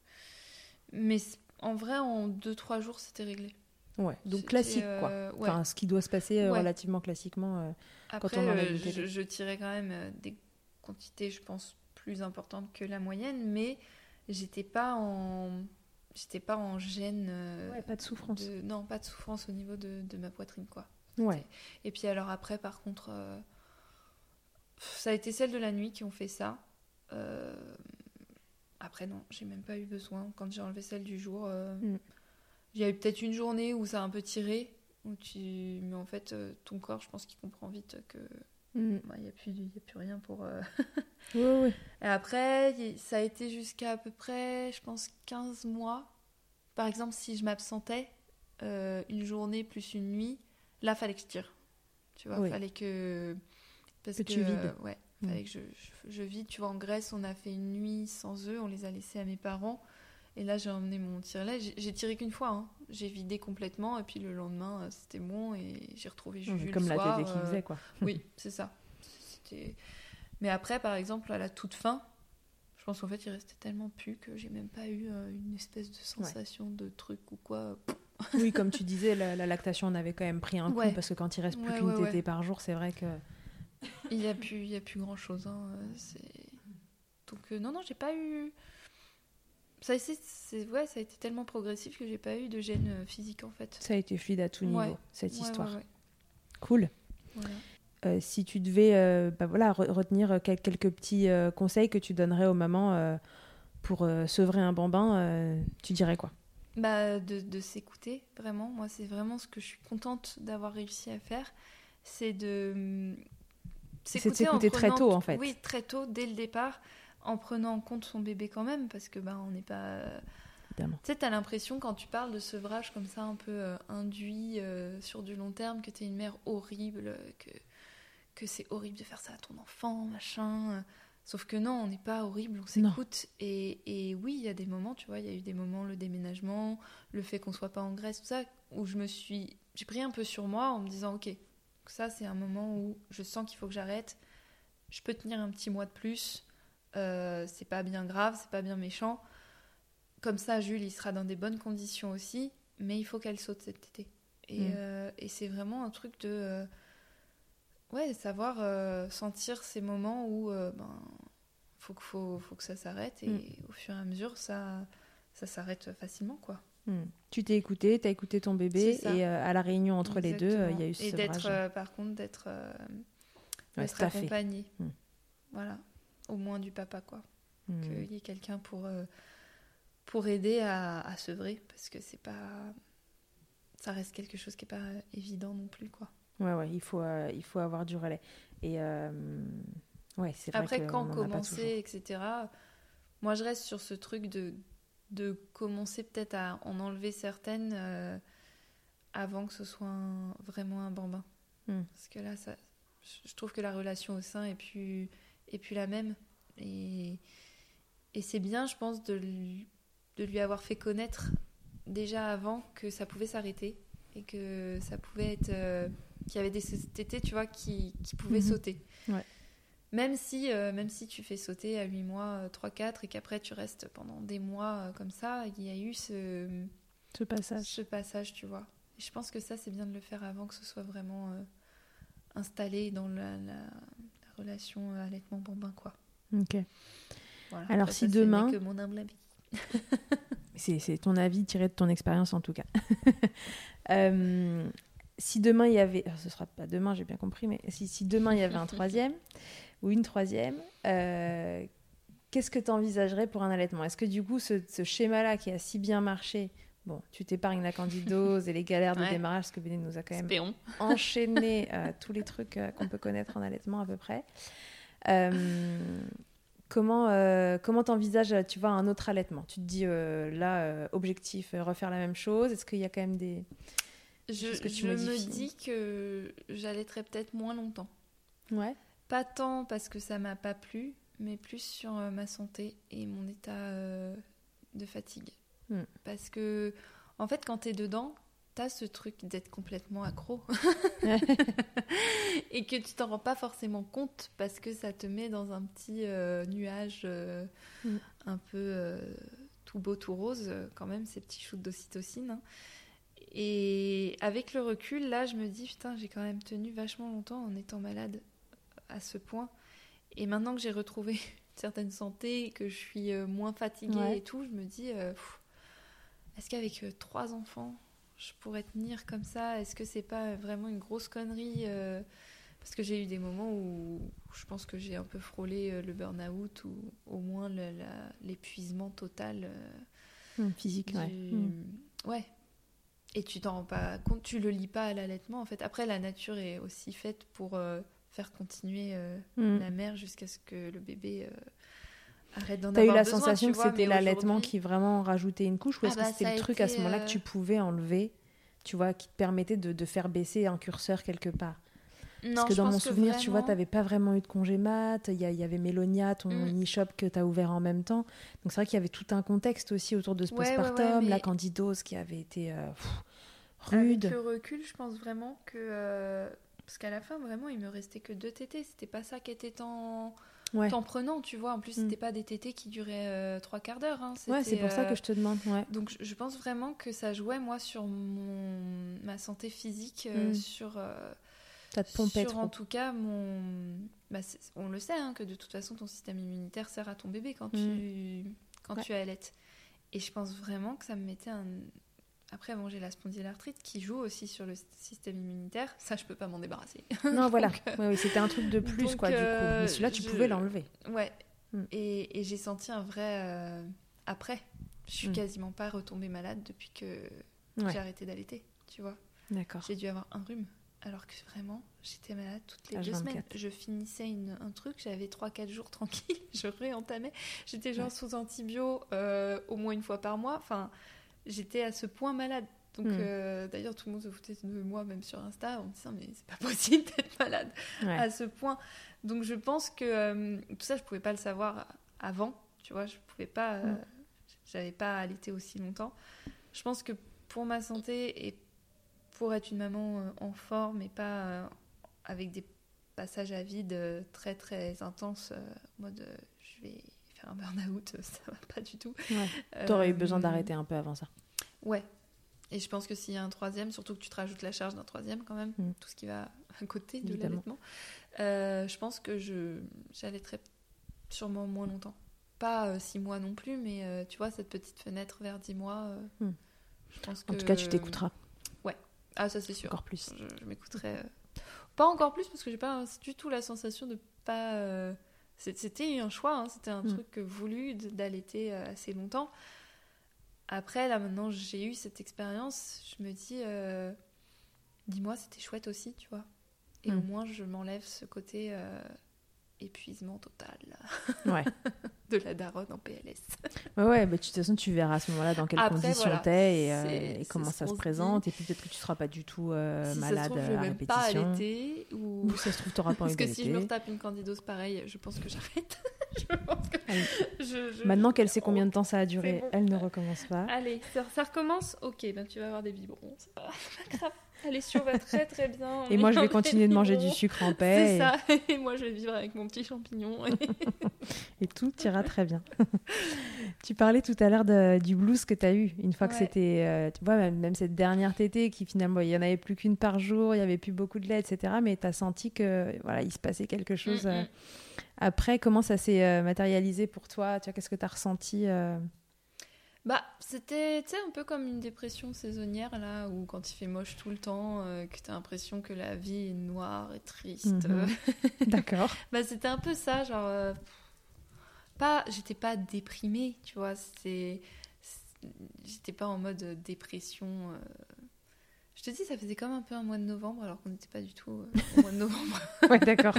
mais c- en vrai, en deux trois jours, c'était réglé. Ouais, donc C'était, classique, euh, quoi. ouais. Enfin, ce qui doit se passer euh, Ouais. relativement classiquement. euh, Après, on enlève euh, une tétée. je, je tirais quand même euh, des quantités, je pense, plus importantes que la moyenne, mais j'étais pas en, j'étais pas en gêne. euh, Ouais, pas de souffrance. de- non, pas de souffrance au niveau de, de ma poitrine, quoi. Ouais. Et puis alors après, par contre, euh, ça a été celles de la nuit qui ont fait ça. Euh, Après, non, j'ai même pas eu besoin. Quand j'ai enlevé celle du jour, euh, Mm. il y a eu peut-être une journée où ça a un peu tiré, où tu... mais en fait, euh, ton corps, je pense qu'il comprend vite que Mm. il n'y a, plus- y a plus rien pour... euh, Ouais, ouais. Et après, y- ça a été jusqu'à à peu près, je pense, quinze mois. Par exemple, si je m'absentais euh, une journée plus une nuit, là, fallait que je tire. Tu vois, Oui. fallait que... Parce Que que, tu vides. euh, ouais, fallait Mm. que je, je, je vide. Tu vois, en Grèce, on a fait une nuit sans eux, on les a laissés à mes parents. Et là, j'ai emmené mon tire-lait. J'ai, j'ai tiré qu'une fois. Hein. J'ai vidé complètement. Et puis le lendemain, euh, c'était bon. Et j'ai retrouvé Juju Comme le la soir. tétée qui euh, faisait, quoi. Oui, c'est ça. C'était... Mais après, par exemple, à la toute fin, je pense qu'en fait, il restait tellement pu que j'ai même pas eu euh, une espèce de sensation ouais. de truc ou quoi. Oui, comme tu disais, la, la lactation, on avait quand même pris un coup. Ouais. Parce que quand il reste plus ouais, qu'une ouais, tétée ouais. par jour, c'est vrai que... Il n'y a plus, il y a plus grand-chose. Hein. C'est... Donc, euh, non, non, j'ai pas eu... Ça, c'est, c'est, ouais, ça a été tellement progressif que j'ai pas eu de gêne physique, en fait. Ça a été fluide à tout niveau, ouais. cette ouais, histoire. Ouais, ouais. Cool. Voilà. Euh, si tu devais euh, bah voilà, re- retenir quelques petits euh, conseils que tu donnerais aux mamans euh, pour euh, sevrer un bambin, euh, tu dirais quoi ? Bah, de, de s'écouter, vraiment. Moi, c'est vraiment ce que je suis contente d'avoir réussi à faire. C'est de s'écouter, c'est de s'écouter très tôt, en fait. Oui, très tôt, dès le départ, en prenant en compte son bébé quand même, parce que bah, on n'est pas... Évidemment. Tu sais, t'as l'impression, quand tu parles de sevrage comme ça, un peu euh, induit euh, sur du long terme, que t'es une mère horrible, que... que c'est horrible de faire ça à ton enfant, machin. Sauf que non, on n'est pas horrible, on s'écoute. Et, et oui, il y a des moments, tu vois, il y a eu des moments, le déménagement, le fait qu'on soit pas en Grèce, tout ça, où je me suis... J'ai pris un peu sur moi en me disant, ok, ça c'est un moment où je sens qu'il faut que j'arrête, je peux tenir un petit mois de plus, euh, c'est pas bien grave, c'est pas bien méchant. Comme ça, Jules, il sera dans des bonnes conditions aussi, mais il faut qu'elle saute cet été. Et, mmh. euh, et c'est vraiment un truc de... Euh, Ouais, savoir euh, sentir ces moments où euh, ben faut que faut, faut que ça s'arrête et mm. au fur et à mesure ça ça s'arrête facilement quoi. Mm. Tu t'es écouté, t'as écouté ton bébé et euh, à la réunion entre Exactement. les deux, il euh, y a eu ce et sevrage. d'être euh, par contre d'être euh, d'être ouais, accompagné. Mm. Voilà, au moins du papa quoi. Mm. Qu'il y ait quelqu'un pour euh, pour aider à, à sevrer parce que c'est pas ça reste quelque chose qui est pas évident non plus quoi. Ouais, ouais, il faut, euh, il faut avoir du relais. Et euh, ouais, c'est vrai Après, que quand commencer, et cetera, moi, je reste sur ce truc de, de commencer peut-être à en enlever certaines euh, avant que ce soit un, vraiment un bambin. Mm. Parce que là, ça, je trouve que la relation au sein est plus, est plus la même. Et, et c'est bien, je pense, de lui, de lui avoir fait connaître déjà avant que ça pouvait s'arrêter et que ça pouvait être... Euh, qu'il y avait des tétés, tu vois, qui, qui pouvaient mmh. sauter. Ouais. Même si, euh, même si tu fais sauter à huit mois, trois quatre, et qu'après tu restes pendant des mois euh, comme ça, il y a eu ce... Ce passage. Ce passage, tu vois. Et je pense que ça, c'est bien de le faire avant que ce soit vraiment euh, installé dans la, la, la relation euh, allaitement-bambin, quoi. Ok. Voilà. Alors, après, si ça, demain... C'est que mon humble avis. c'est, c'est ton avis tiré de ton expérience, en tout cas. euh... Si demain il y avait, alors ce sera pas demain, j'ai bien compris, mais si, si demain il y avait un troisième ou une troisième, euh, qu'est-ce que tu envisagerais pour un allaitement ? Est-ce que du coup, ce, ce schéma-là qui a si bien marché, bon, tu t'épargnes la candidose et les galères de ouais. démarrage, parce que Béné nous a quand même Spéon. enchaîné euh, tous les trucs euh, qu'on peut connaître en allaitement à peu près. Euh, comment euh, comment t'envisages, tu vois, un autre allaitement ? Tu te dis euh, là, euh, objectif, euh, refaire la même chose ? Est-ce qu'il y a quand même des Je, que tu je me dis que j'allaiterai peut-être moins longtemps. Ouais. Pas tant parce que ça m'a pas plu, mais plus sur euh, ma santé et mon état euh, de fatigue. Mm. Parce que, en fait, quand t'es dedans, t'as ce truc d'être complètement accro. Et que tu t'en rends pas forcément compte parce que ça te met dans un petit euh, nuage euh, mm. un peu euh, tout beau, tout rose, quand même, ces petits shoots d'ocytocine. Hein. Et avec le recul, là, je me dis, putain, j'ai quand même tenu vachement longtemps en étant malade à ce point. Et maintenant que j'ai retrouvé une certaine santé, que je suis moins fatiguée ouais. et tout, je me dis, euh, pff, est-ce qu'avec euh, trois enfants, je pourrais tenir comme ça ? Est-ce que c'est pas vraiment une grosse connerie euh, Parce que j'ai eu des moments où je pense que j'ai un peu frôlé euh, le burn-out ou au moins le, la, l'épuisement total. Euh, mmh, physique, du... ouais. Mmh. Ouais. Et tu t'en rends pas compte, tu le lis pas à l'allaitement en fait. Après, la nature est aussi faite pour euh, faire continuer euh, mmh. la mère jusqu'à ce que le bébé euh, arrête d'en T'as avoir besoin. T'as eu la besoin, sensation que vois, c'était l'allaitement aujourd'hui... qui vraiment rajoutait une couche ou est-ce ah bah, que c'était le truc été, à ce moment-là euh... que tu pouvais enlever, tu vois, qui te permettait de, de faire baisser un curseur quelque part ? Non, parce que dans mon souvenir, vraiment... tu vois, t'avais pas vraiment eu de congé mat. Il y, y avait Mélonia, ton mm. e-shop que t'as ouvert en même temps. Donc c'est vrai qu'il y avait tout un contexte aussi autour de ce ouais, postpartum, ouais, ouais, mais... la candidose qui avait été euh, pff, rude. Avec le recul, je pense vraiment que... Euh... Parce qu'à la fin, vraiment, il me restait que deux tétés. C'était pas ça qui était tant... Ouais. Tant prenant, tu vois. En plus, c'était mm. pas des tétés qui duraient euh, trois quarts d'heure. Hein. Ouais, c'est pour euh... ça que je te demande. Ouais. Donc, je, je pense vraiment que ça jouait, moi, sur mon... ma santé physique, euh, mm. sur... Euh... Ça te pompait sur trop. En tout cas, mon... Bah, on le sait, hein, que de toute façon, ton système immunitaire sert à ton bébé quand mm. tu, quand ouais. tu allaites. Et je pense vraiment que ça me mettait un... Après, bon, j'ai la spondylarthrite qui joue aussi sur le système immunitaire. Ça, je peux pas m'en débarrasser. Non, voilà. Donc, euh... oui, oui, c'était un truc de plus, donc, quoi, euh, du coup. Mais celui-là, tu je... pouvais l'enlever. Ouais. Mm. Et, et j'ai senti un vrai... Euh... Après, je suis mm. quasiment pas retombée malade depuis que ouais. j'ai arrêté d'allaiter, tu vois. D'accord. J'ai dû avoir un rhume. Alors que vraiment, j'étais malade toutes les H vingt-quatre. Deux semaines. Je finissais une, un truc, j'avais trois quatre jours tranquille. Je réentamais. J'étais genre ouais. sous antibio euh, au moins une fois par mois. Enfin... J'étais à ce point malade. Donc, mmh. euh, d'ailleurs, tout le monde se foutait de moi, même sur Insta, en me disant, mais c'est pas possible d'être malade ouais. à ce point. Donc, je pense que euh, tout ça, je pouvais pas le savoir avant. Tu vois, je pouvais pas... Euh, mmh. J'avais pas allaité aussi longtemps. Je pense que pour ma santé et pour être une maman euh, en forme et pas euh, avec des passages à vide euh, très, très intenses, euh, en mode, euh, je vais... faire un burn-out, ça va pas du tout. Ouais. Euh, T'aurais eu besoin d'arrêter un peu avant ça. Ouais. Et je pense que s'il y a un troisième, surtout que tu te rajoutes la charge d'un troisième quand même, mm. tout ce qui va à côté de Évidemment. L'allaitement, euh, je pense que je, j'allaiterais sûrement moins longtemps. Pas euh, six mois non plus, mais euh, tu vois, cette petite fenêtre vers dix mois, euh, mm. je pense que... En tout cas, tu t'écouteras. Ouais. Ah, ça c'est sûr. Encore plus. Je, je m'écouterai. Euh... Pas encore plus, parce que j'ai pas du tout la sensation de pas... Euh... C'était un choix, hein. C'était un mmh. truc voulu d'allaiter assez longtemps. Après, là, maintenant, j'ai eu cette expérience. Je me dis, euh, dis-moi, c'était chouette aussi, tu vois. Et mmh. au moins, je m'enlève ce côté euh, épuisement total ouais. de la daronne en P L S. Ouais, ouais, bah, de toute façon, tu verras à ce moment-là dans quelles Après, conditions voilà, t'es et, euh, et comment ça se présente. Dit. Et puis peut-être que tu ne seras pas du tout euh, si malade ça se trouve, à je vais répétition. Pas allaiter, ou... ou ça se trouve, tu n'auras pas envie d'allaiter. Parce que si je me retape une candidose pareille, je pense que j'arrête. je pense que je, je, Maintenant je... qu'elle sait combien de temps ça a duré, bon. Elle ne recommence pas. Allez, ça, ça recommence. Ok, ben tu vas avoir des biberons. C'est pas, c'est pas grave. Allez, sur va très très bien. Et moi, je vais continuer de manger du sucre en paix. C'est et... ça. Et moi, je vais vivre avec mon petit champignon. Et, et tout ira très bien. Tu parlais tout à l'heure de, du blues que tu as eu. Une fois ouais. que c'était... Euh, tu vois, même, même cette dernière tétée qui finalement, il n'y en avait plus qu'une par jour, il n'y avait plus beaucoup de lait, et cetera. Mais tu as senti que voilà, il se passait quelque chose. Mm-hmm. Euh... Après, comment ça s'est euh, matérialisé pour toi? Tu vois, qu'est-ce que tu as ressenti euh... Bah, c'était un peu comme une dépression saisonnière, là, où quand il fait moche tout le temps, euh, que t'as l'impression que la vie est noire et triste. Mmh. D'accord. Bah, c'était un peu ça, genre... Euh, pas, j'étais pas déprimée, tu vois, c'était... J'étais pas en mode dépression... Euh... Je te dis, ça faisait comme un peu un mois de novembre, alors qu'on n'était pas du tout euh, au mois de novembre. Ouais, d'accord.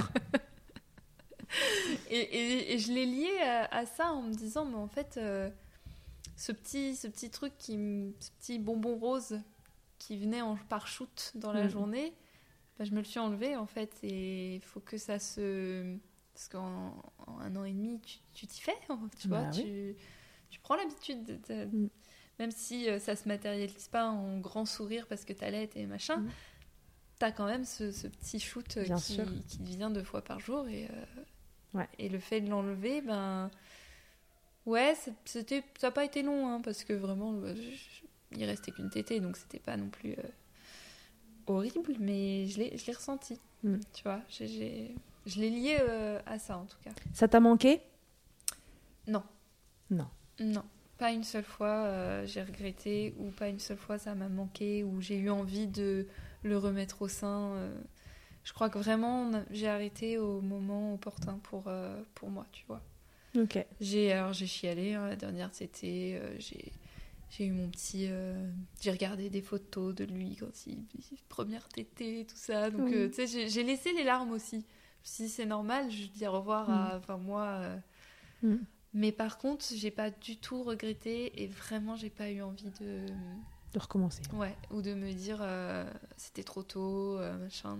et, et, et je l'ai lié à, à ça en me disant, mais en fait... Euh, Ce petit, ce petit truc, qui, ce petit bonbon rose qui venait en, par shoot dans la mmh. journée, bah, je me le suis enlevé en fait. Et il faut que ça se... Parce qu'en en un an et demi, tu, tu t'y fais, tu vois. Bah, tu, oui. tu prends l'habitude, de, de, mmh. même si euh, ça ne se matérialise pas en grand sourire parce que t'allaites et machin, mmh. t'as quand même ce, ce petit shoot euh, qui, qui te vient deux fois par jour. Et, euh, ouais. et le fait de l'enlever, ben... Ouais, c'était, ça n'a pas été long, hein, parce que vraiment, je, il restait qu'une tétée, donc c'était pas non plus euh, horrible, mais je l'ai, je l'ai ressenti, mm. tu vois. J'ai, j'ai, je l'ai lié euh, à ça, en tout cas. Ça t'a manqué? Non. Non. Non, pas une seule fois euh, j'ai regretté, ou pas une seule fois ça m'a manqué, ou j'ai eu envie de le remettre au sein. Euh, je crois que vraiment, j'ai arrêté au moment opportun pour, euh, pour moi, tu vois. Ok. J'ai, alors j'ai chialé, hein, la dernière tétée, euh, j'ai, j'ai eu mon petit... Euh, j'ai regardé des photos de lui quand il... Première tétée, tout ça, donc mmh. euh, tu sais, j'ai, j'ai laissé les larmes aussi. Si c'est normal, je dis au revoir mmh. à enfin, moi. Euh, mmh. Mais par contre, j'ai pas du tout regretté et vraiment, j'ai pas eu envie de... De recommencer. Ouais, ou de me dire euh, c'était trop tôt, euh, machin, non, non.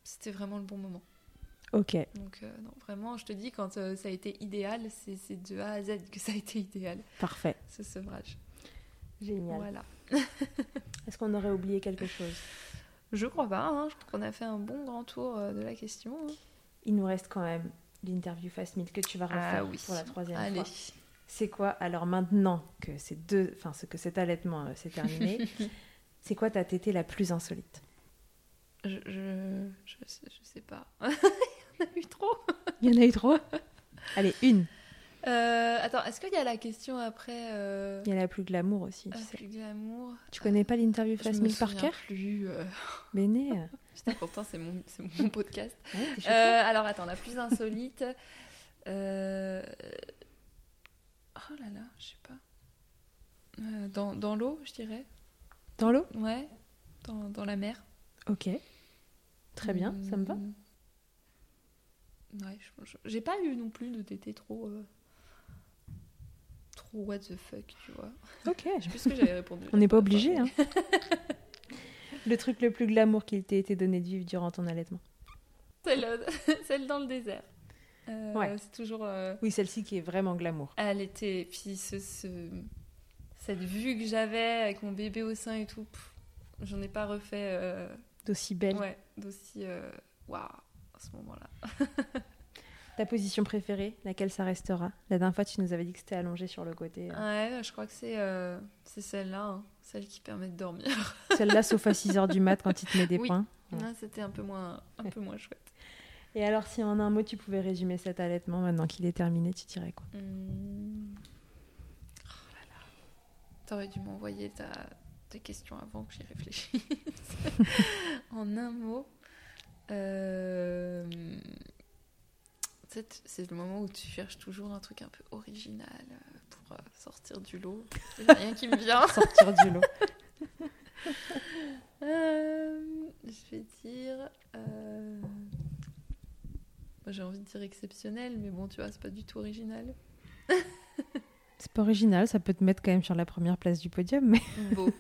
c'était vraiment le bon moment. Ok. Donc euh, non, vraiment, je te dis, quand euh, ça a été idéal, c'est, c'est de A à Z que ça a été idéal. Parfait. Ce sevrage. Génial. Voilà. Est-ce qu'on aurait oublié quelque chose ? Je crois pas, hein. Je trouve qu'on a fait un bon grand tour euh, de la question. Hein. Il nous reste quand même l'interview Fast Meal que tu vas refaire Ah oui. pour la troisième Allez. fois. C'est quoi, alors maintenant que, ces deux, enfin, que cet allaitement euh, s'est terminé, c'est quoi ta tétée la plus insolite ? Je, je, je, sais, je sais pas. Il y en a eu trop. Il y en a eu trop ? Allez, une. Euh, attends, est-ce qu'il y a la question après euh... Il y a la plus glamour aussi, tu ah, sais. plus glamour. Tu connais pas l'interview Fast Meal par cœur ? plus. Euh... Béné. Putain, pourtant, c'est mon, c'est mon podcast. Ouais, t'es chez euh, alors, attends, la plus insolite. euh... Oh là là, je sais pas. Euh, dans, dans l'eau, je dirais. Dans l'eau ? Ouais, dans, dans la mer. Ok. Très bien, ça me va. Hum. Ouais, je, je, j'ai pas eu non plus de tété trop. Euh... Trop what the fuck, tu vois. Ok. Je sais plus ce que j'avais répondu. On n'est pas obligé, hein. Le truc le plus glamour qu'il t'ait été donné de vivre durant ton allaitement. Celle, celle dans le désert. Euh, ouais. C'est toujours. Euh... Oui, celle-ci qui est vraiment glamour. Elle était. Puis ce, ce... cette vue que j'avais avec mon bébé au sein et tout, pff, j'en ai pas refait. Euh... D'aussi belle. Ouais, d'aussi. Waouh, wow, à ce moment-là. Ta position préférée, laquelle ça restera ? La dernière fois, tu nous avais dit que c'était allongé sur le côté. Euh... Ouais, je crois que c'est, euh... c'est celle-là, hein. Celle qui permet de dormir. Celle-là, sauf à six heures du mat quand il te met des oui. points. Ouais. Non, c'était un peu moins, un peu moins chouette. Et alors, si en un mot, tu pouvais résumer cet allaitement, maintenant qu'il est terminé, tu dirais quoi ? mmh. Oh là là. T'aurais dû m'envoyer ta... tes questions avant que j'y réfléchisse. En un mot... Euh... C'est, c'est le moment où tu cherches toujours un truc un peu original pour euh, sortir du lot. Il n'y a rien qui me vient. Sortir du lot. euh, je vais dire... Euh... Moi, j'ai envie de dire exceptionnel, mais bon, tu vois, c'est pas du tout original. C'est pas original, ça peut te mettre quand même sur la première place du podium, mais... Beau.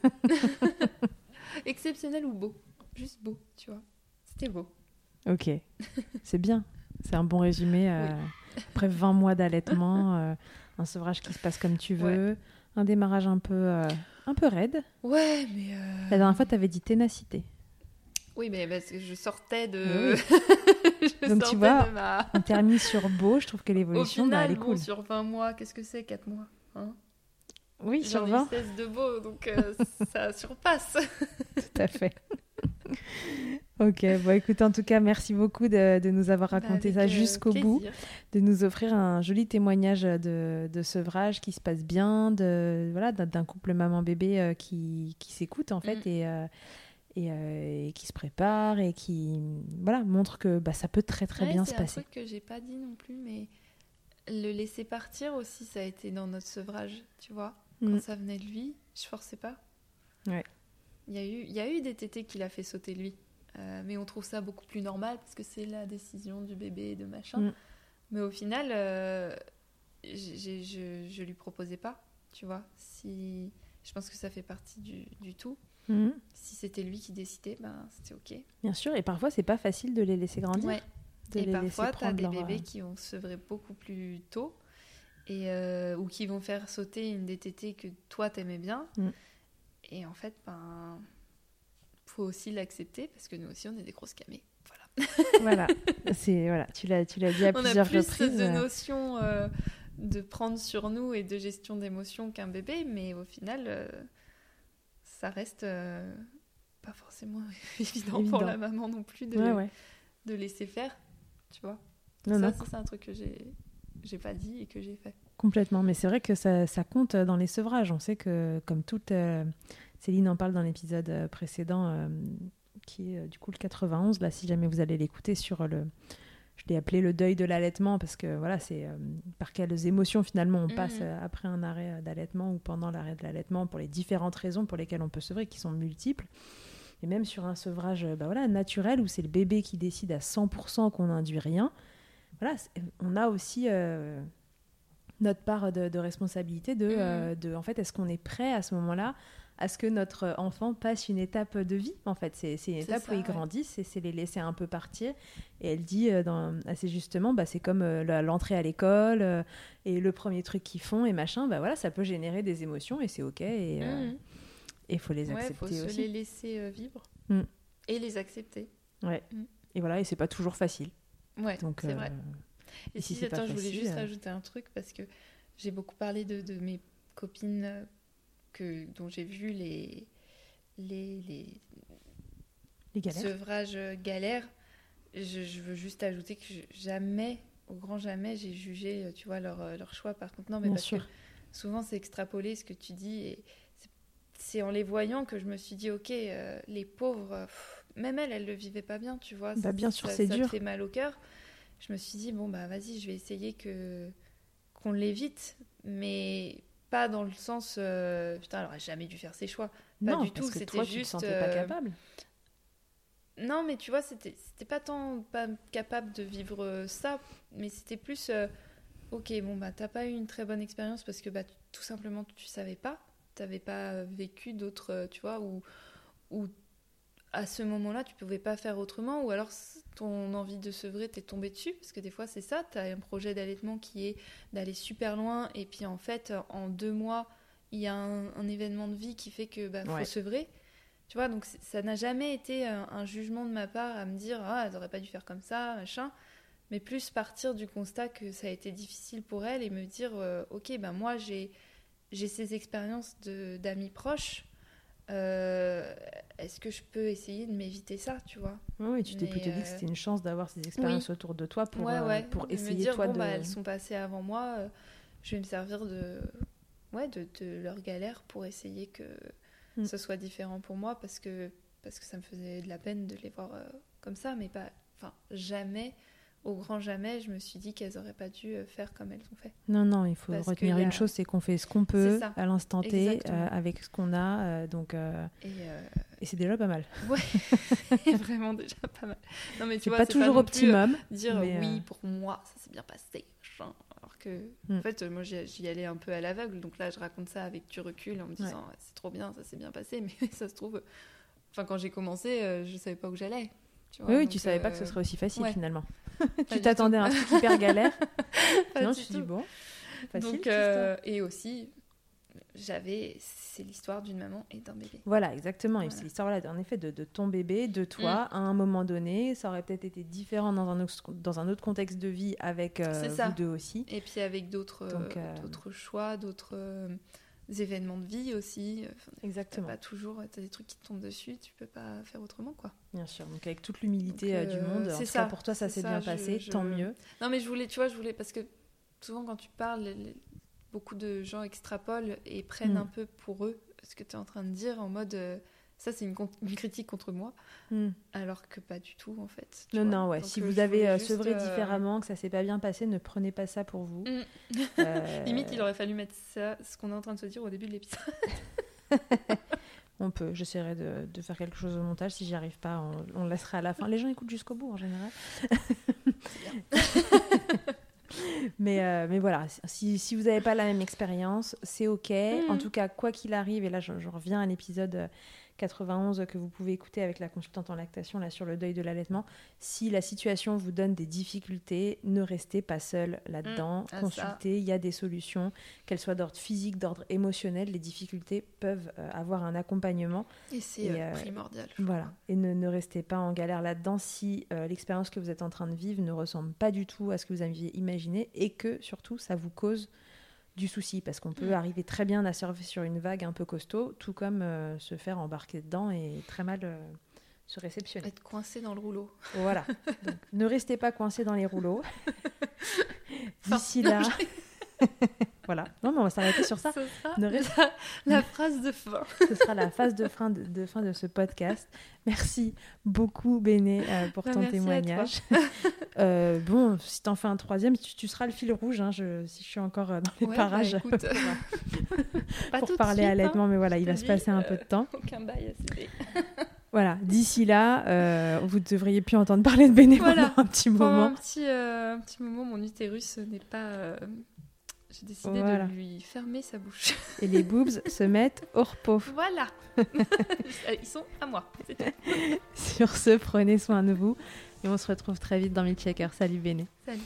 Exceptionnel ou beau. Juste beau, tu vois. C'était beau. Ok, c'est bien. C'est un bon résumé. Euh, oui. Après vingt mois d'allaitement, euh, un sevrage qui se passe comme tu veux, ouais. Un démarrage un peu, euh, un peu raide. Ouais, mais... Euh... La dernière fois, tu avais dit ténacité. Oui, mais parce que je sortais de... Oui. je Donc sortais tu vois, de ma... on termine sur beau, je trouve que l'évolution, Au final, bah, elle est bon, cool. Sur vingt mois, qu'est-ce que c'est, quatre mois hein Oui, J'en sur vingt. ai seize de beau, donc euh, ça surpasse. Tout à fait. Ok, bon écoute, en tout cas, merci beaucoup de, de nous avoir raconté bah, ça jusqu'au plaisir. bout, de nous offrir un joli témoignage de, de sevrage qui se passe bien, de, voilà, d'un couple maman-bébé euh, qui, qui s'écoute en fait mm. et, euh, et, euh, et qui se prépare et qui voilà, montre que bah, ça peut très très ouais, bien se passer. C'est un truc que j'ai pas dit non plus, mais le laisser partir aussi, ça a été dans notre sevrage, tu vois. Quand mm. ça venait de lui, je forçais pas. Ouais. Il y a eu, il y a eu des tétés qu'il a fait sauter lui. Euh, mais on trouve ça beaucoup plus normal parce que c'est la décision du bébé et de machin. Mm. Mais au final, euh, j'ai, je, je lui proposais pas, tu vois. Si, je pense que ça fait partie du, du tout. Mm. Si c'était lui qui décidait, ben, c'était ok. Bien sûr, et parfois, c'est pas facile de les laisser grandir. Ouais. De et les parfois, tu as des leur... bébés qui vont sevrer beaucoup plus tôt et, euh, ou qui vont faire sauter une des tétées que toi, t'aimais bien. Mm. Et en fait, ben... faut aussi l'accepter parce que nous aussi on est des grosses camées. Voilà. Voilà. C'est voilà, tu l'as tu l'as dit à on plusieurs reprises. reprises. On a plus de notions euh, de prendre sur nous et de gestion d'émotions qu'un bébé, mais au final euh, ça reste euh, pas forcément évident, évident pour la maman non plus de, ouais, ouais. de laisser faire, tu vois. Non, ça, non. ça c'est un truc que j'ai j'ai pas dit et que j'ai fait. Complètement, mais c'est vrai que ça, ça compte dans les sevrages. On sait que comme toute euh, Céline en parle dans l'épisode précédent, euh, qui est euh, du coup le quatre-vingt-onze. Là, si jamais vous allez l'écouter sur le... Je l'ai appelé le deuil de l'allaitement parce que voilà, c'est euh, par quelles émotions finalement on mmh. passe euh, après un arrêt d'allaitement ou pendant l'arrêt de l'allaitement pour les différentes raisons pour lesquelles on peut sevrer, qui sont multiples. Et même sur un sevrage bah voilà, naturel où c'est le bébé qui décide à cent pour cent qu'on n'induit rien, voilà, on a aussi... Euh, notre part de, de responsabilité de, mmh. euh, de, en fait, est-ce qu'on est prêt à ce moment-là à ce que notre enfant passe une étape de vie. En fait, c'est, c'est une C'est étape ça, où ils ouais. grandissent et c'est les laisser un peu partir. Et elle dit euh, dans, assez justement, bah, c'est comme euh, la- l'entrée à l'école euh, et le premier truc qu'ils font et machin. Bah voilà, ça peut générer des émotions et c'est ok. Et euh, Mmh. il faut les Ouais, accepter faut se aussi. les laisser euh, vivre Mm. et les accepter. Ouais. Mm. Et voilà, et c'est pas toujours facile. Ouais, Donc, c'est euh, vrai. Et et si si, c'est pas attends, je voulais facile, juste euh, rajouter un truc parce que j'ai beaucoup parlé de, de mes copines euh, que, dont j'ai vu les, les, les les galères. sevrages euh, galères. Je, je veux juste ajouter que je- jamais, au grand jamais, j'ai jugé, euh, tu vois, leur, euh, leur choix. Par contre, non, mais Bien parce sûr. que souvent c'est extrapolé ce que tu dis et c'est, c'est en les voyant que je me suis dit, ok, euh, les pauvres, euh, pff, même elles, elles le vivaient pas bien, tu vois. Bah, Ça- bien sûr, ça- c'est ça dur. te fait mal au cœur. Je me suis dit, bon, bah vas-y, je vais essayer que, qu'on l'évite, mais pas dans le sens, euh, putain, elle aurait jamais dû faire ses choix. Pas non, du parce tout, que c'était toi, tu te juste, sentais pas euh, capable. Non, mais tu vois, c'était, c'était pas tant pas capable de vivre euh, ça, mais c'était plus, euh, ok, bon, bah t'as pas eu une très bonne expérience parce que bah, tu- tout simplement tu savais pas, t'avais pas euh, vécu d'autres, euh, tu vois, ou, ou à ce moment-là tu pouvais pas faire autrement, ou alors c- ton envie de sevrer t'est tombée dessus, parce que des fois c'est ça, t'as un projet d'allaitement qui est d'aller super loin, et puis en fait, en deux mois, il y a un, un événement de vie qui fait que bah, faut Ouais. sevrer. Tu vois, donc c'est- ça n'a jamais été un, un jugement de ma part à me dire ah, elles auraient pas dû faire comme ça, machin, mais plus partir du constat que ça a été difficile pour elles et me dire euh, ok, ben moi j'ai, j'ai ces expériences de, d'amis proches, euh, est-ce que je peux essayer de m'éviter ça, tu vois? Oui, oui, tu t'es Mais, plutôt dit que euh, c'était une chance d'avoir ces expériences oui. autour de toi pour, ouais, euh, ouais, pour de essayer, me dire toi, bon de... bah elles sont passées avant moi, euh, je vais me servir de, ouais, de, de leur galère pour essayer que Mm. ce soit différent pour moi, parce que parce que ça me faisait de la peine de les voir euh, comme ça, mais pas, enfin jamais, au grand jamais, je me suis dit qu'elles auraient pas dû euh, faire comme elles ont fait. Non, non, il faut Parce retenir qu'il y a- une chose, c'est qu'on fait ce qu'on peut C'est ça. à l'instant T, Exactement. euh, avec ce qu'on a, euh, donc, euh, Et, euh, et c'est déjà pas mal. ouais, c'est vraiment déjà pas mal. Non mais tu C'est vois, pas c'est toujours pas non plus, euh, optimum, dire mais, oui euh, pour moi ça s'est bien passé, machin. Alors que Mm. en fait moi j'y, j'y allais un peu à l'aveugle, donc là je raconte ça avec du recul en me disant ouais, c'est trop bien, ça s'est bien passé, mais ça se trouve, enfin quand j'ai commencé euh, je savais pas où j'allais, tu vois, oui, oui, donc, tu savais pas euh, que ce serait aussi facile ouais. finalement. pas Tu du t'attendais tout. à un truc hyper galère. Pas Non, du tu te tout. dis bon, facile. Donc cette euh, histoire. et aussi j'avais, c'est l'histoire d'une maman et d'un bébé. Voilà, exactement. Et Voilà. c'est l'histoire là, en effet, de, de ton bébé, de toi, Mm. à un moment donné. Ça aurait peut-être été différent dans un autre, dans un autre contexte de vie avec euh, C'est ça. vous deux aussi. Et puis avec d'autres, Donc, euh, euh, d'autres choix, d'autres euh, événements de vie aussi. Enfin, t'as Exactement. pas toujours, t'as des trucs qui te tombent dessus, tu peux pas faire autrement, quoi. Bien sûr. Donc avec toute l'humilité Donc, euh, du euh, monde, en c'est tout ça, cas pour toi, ça c'est s'est ça, bien je- passé, je- tant mieux. Non, mais je voulais, tu vois, je voulais, parce que souvent quand tu parles, les- les- beaucoup de gens extrapolent et prennent Mm. un peu pour eux ce que tu es en train de dire, en mode euh, ça c'est une, con- une critique contre moi, Hmm. alors que pas du tout en fait. tu Non, vois. non, ouais. Donc, Si euh, vous je avez voulais euh, juste, sevré euh, différemment, que ça s'est pas bien passé, ne prenez pas ça pour vous. Mm. Euh, Limite, il aurait fallu mettre ça, ce qu'on est en train de se dire au début de l'épisode. On peut. J'essaierai de, de faire quelque chose au montage. Si j'y arrive pas, on, on le laissera à la fin. Les gens écoutent jusqu'au bout en général. mais, euh, mais voilà, si, si vous n'avez pas la même expérience, c'est OK. Mm. En tout cas, quoi qu'il arrive, et là, je, je reviens à l'épisode quatre-vingt-onze que vous pouvez écouter avec la consultante en lactation là, sur le deuil de l'allaitement. Si la situation vous donne des difficultés, ne restez pas seul là-dedans. Mm. Ah, Consultez, il y a des solutions, qu'elles soient d'ordre physique, d'ordre émotionnel. Les difficultés peuvent euh, avoir un accompagnement. Et c'est Et, euh, euh, primordial. je Voilà. crois. Et ne, ne restez pas en galère là-dedans si euh, l'expérience que vous êtes en train de vivre ne ressemble pas du tout à ce que vous aviez imaginé et que surtout ça vous cause du souci, parce qu'on peut Mm. arriver très bien à surfer sur une vague un peu costaud, tout comme euh, se faire embarquer dedans et très mal euh, se réceptionner. Être coincé dans le rouleau. Voilà. Donc, ne restez pas coincés dans les rouleaux. D'ici là... Voilà. Non, mais on va s'arrêter sur ça. Ce sera Ne reste- la, la phrase de fin. Ce sera la phase de fin de, de fin de ce podcast. Merci beaucoup, Béné, euh, pour Bah, ton merci à témoignage. Euh, bon, si t'en fais un troisième, tu, tu seras le fil rouge, hein, je, si je suis encore euh, dans les Ouais, parages bah, écoute, pas pour tout de parler suite, allaitement, hein, mais voilà, je il te va se dis, passer un euh, peu de temps. Aucun bail à céder. Voilà, d'ici là, euh, vous devriez plus entendre parler de Béné Voilà. pendant un petit Pendant moment. un petit, euh, un petit moment, mon utérus n'est pas... euh, j'ai décidé Voilà. de lui fermer sa bouche. Et les boobs se mettent au repos. Voilà. Ils sont à moi. C'est tout. Sur ce, prenez soin de vous et on se retrouve très vite dans Milkshaker. Salut Béné. Salut.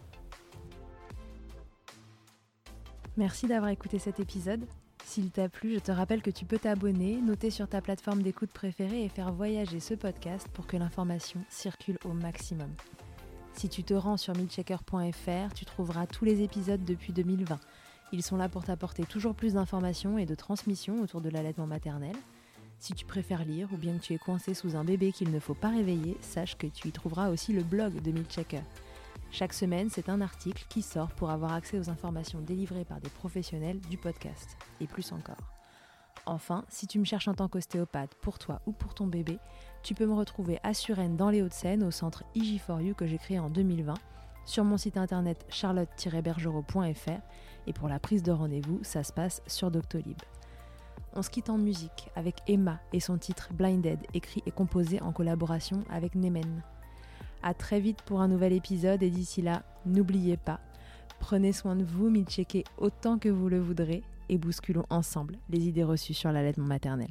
Merci d'avoir écouté cet épisode. S'il t'a plu, je te rappelle que tu peux t'abonner, noter sur ta plateforme d'écoute préférée et faire voyager ce podcast pour que l'information circule au maximum. Si tu te rends sur milkshaker point f r, tu trouveras tous les épisodes depuis deux mille vingt. Ils sont là pour t'apporter toujours plus d'informations et de transmissions autour de l'allaitement maternel. Si tu préfères lire ou bien que tu es coincé sous un bébé qu'il ne faut pas réveiller, sache que tu y trouveras aussi le blog de Milkshaker. Chaque semaine, c'est un article qui sort pour avoir accès aux informations délivrées par des professionnels du podcast, et plus encore. Enfin, si tu me cherches en tant qu'ostéopathe pour toi ou pour ton bébé, tu peux me retrouver à Suresnes dans les Hauts-de-Seine au centre I J quatre U que j'ai créé en deux mille vingt, sur mon site internet charlotte tiret bergerot point f r, et pour la prise de rendez-vous, ça se passe sur Doctolib. On se quitte en musique avec Emma et son titre Blinded, écrit et composé en collaboration avec Nemen. À très vite pour un nouvel épisode et d'ici là, n'oubliez pas, prenez soin de vous, milkshaker autant que vous le voudrez et bousculons ensemble les idées reçues sur l'allaitement maternel.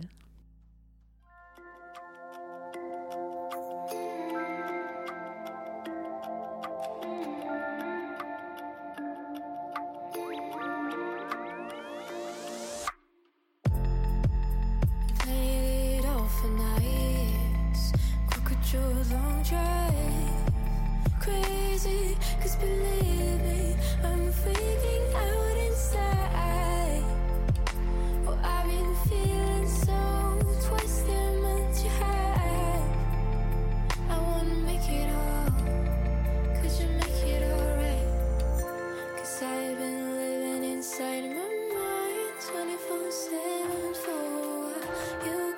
Crazy, 'cause believe me, I'm freaking out inside. Oh, I've been feeling so twisted, much high. I wanna make it all, could you make it alright? 'Cause I've been living inside my mind twenty-four seven for you.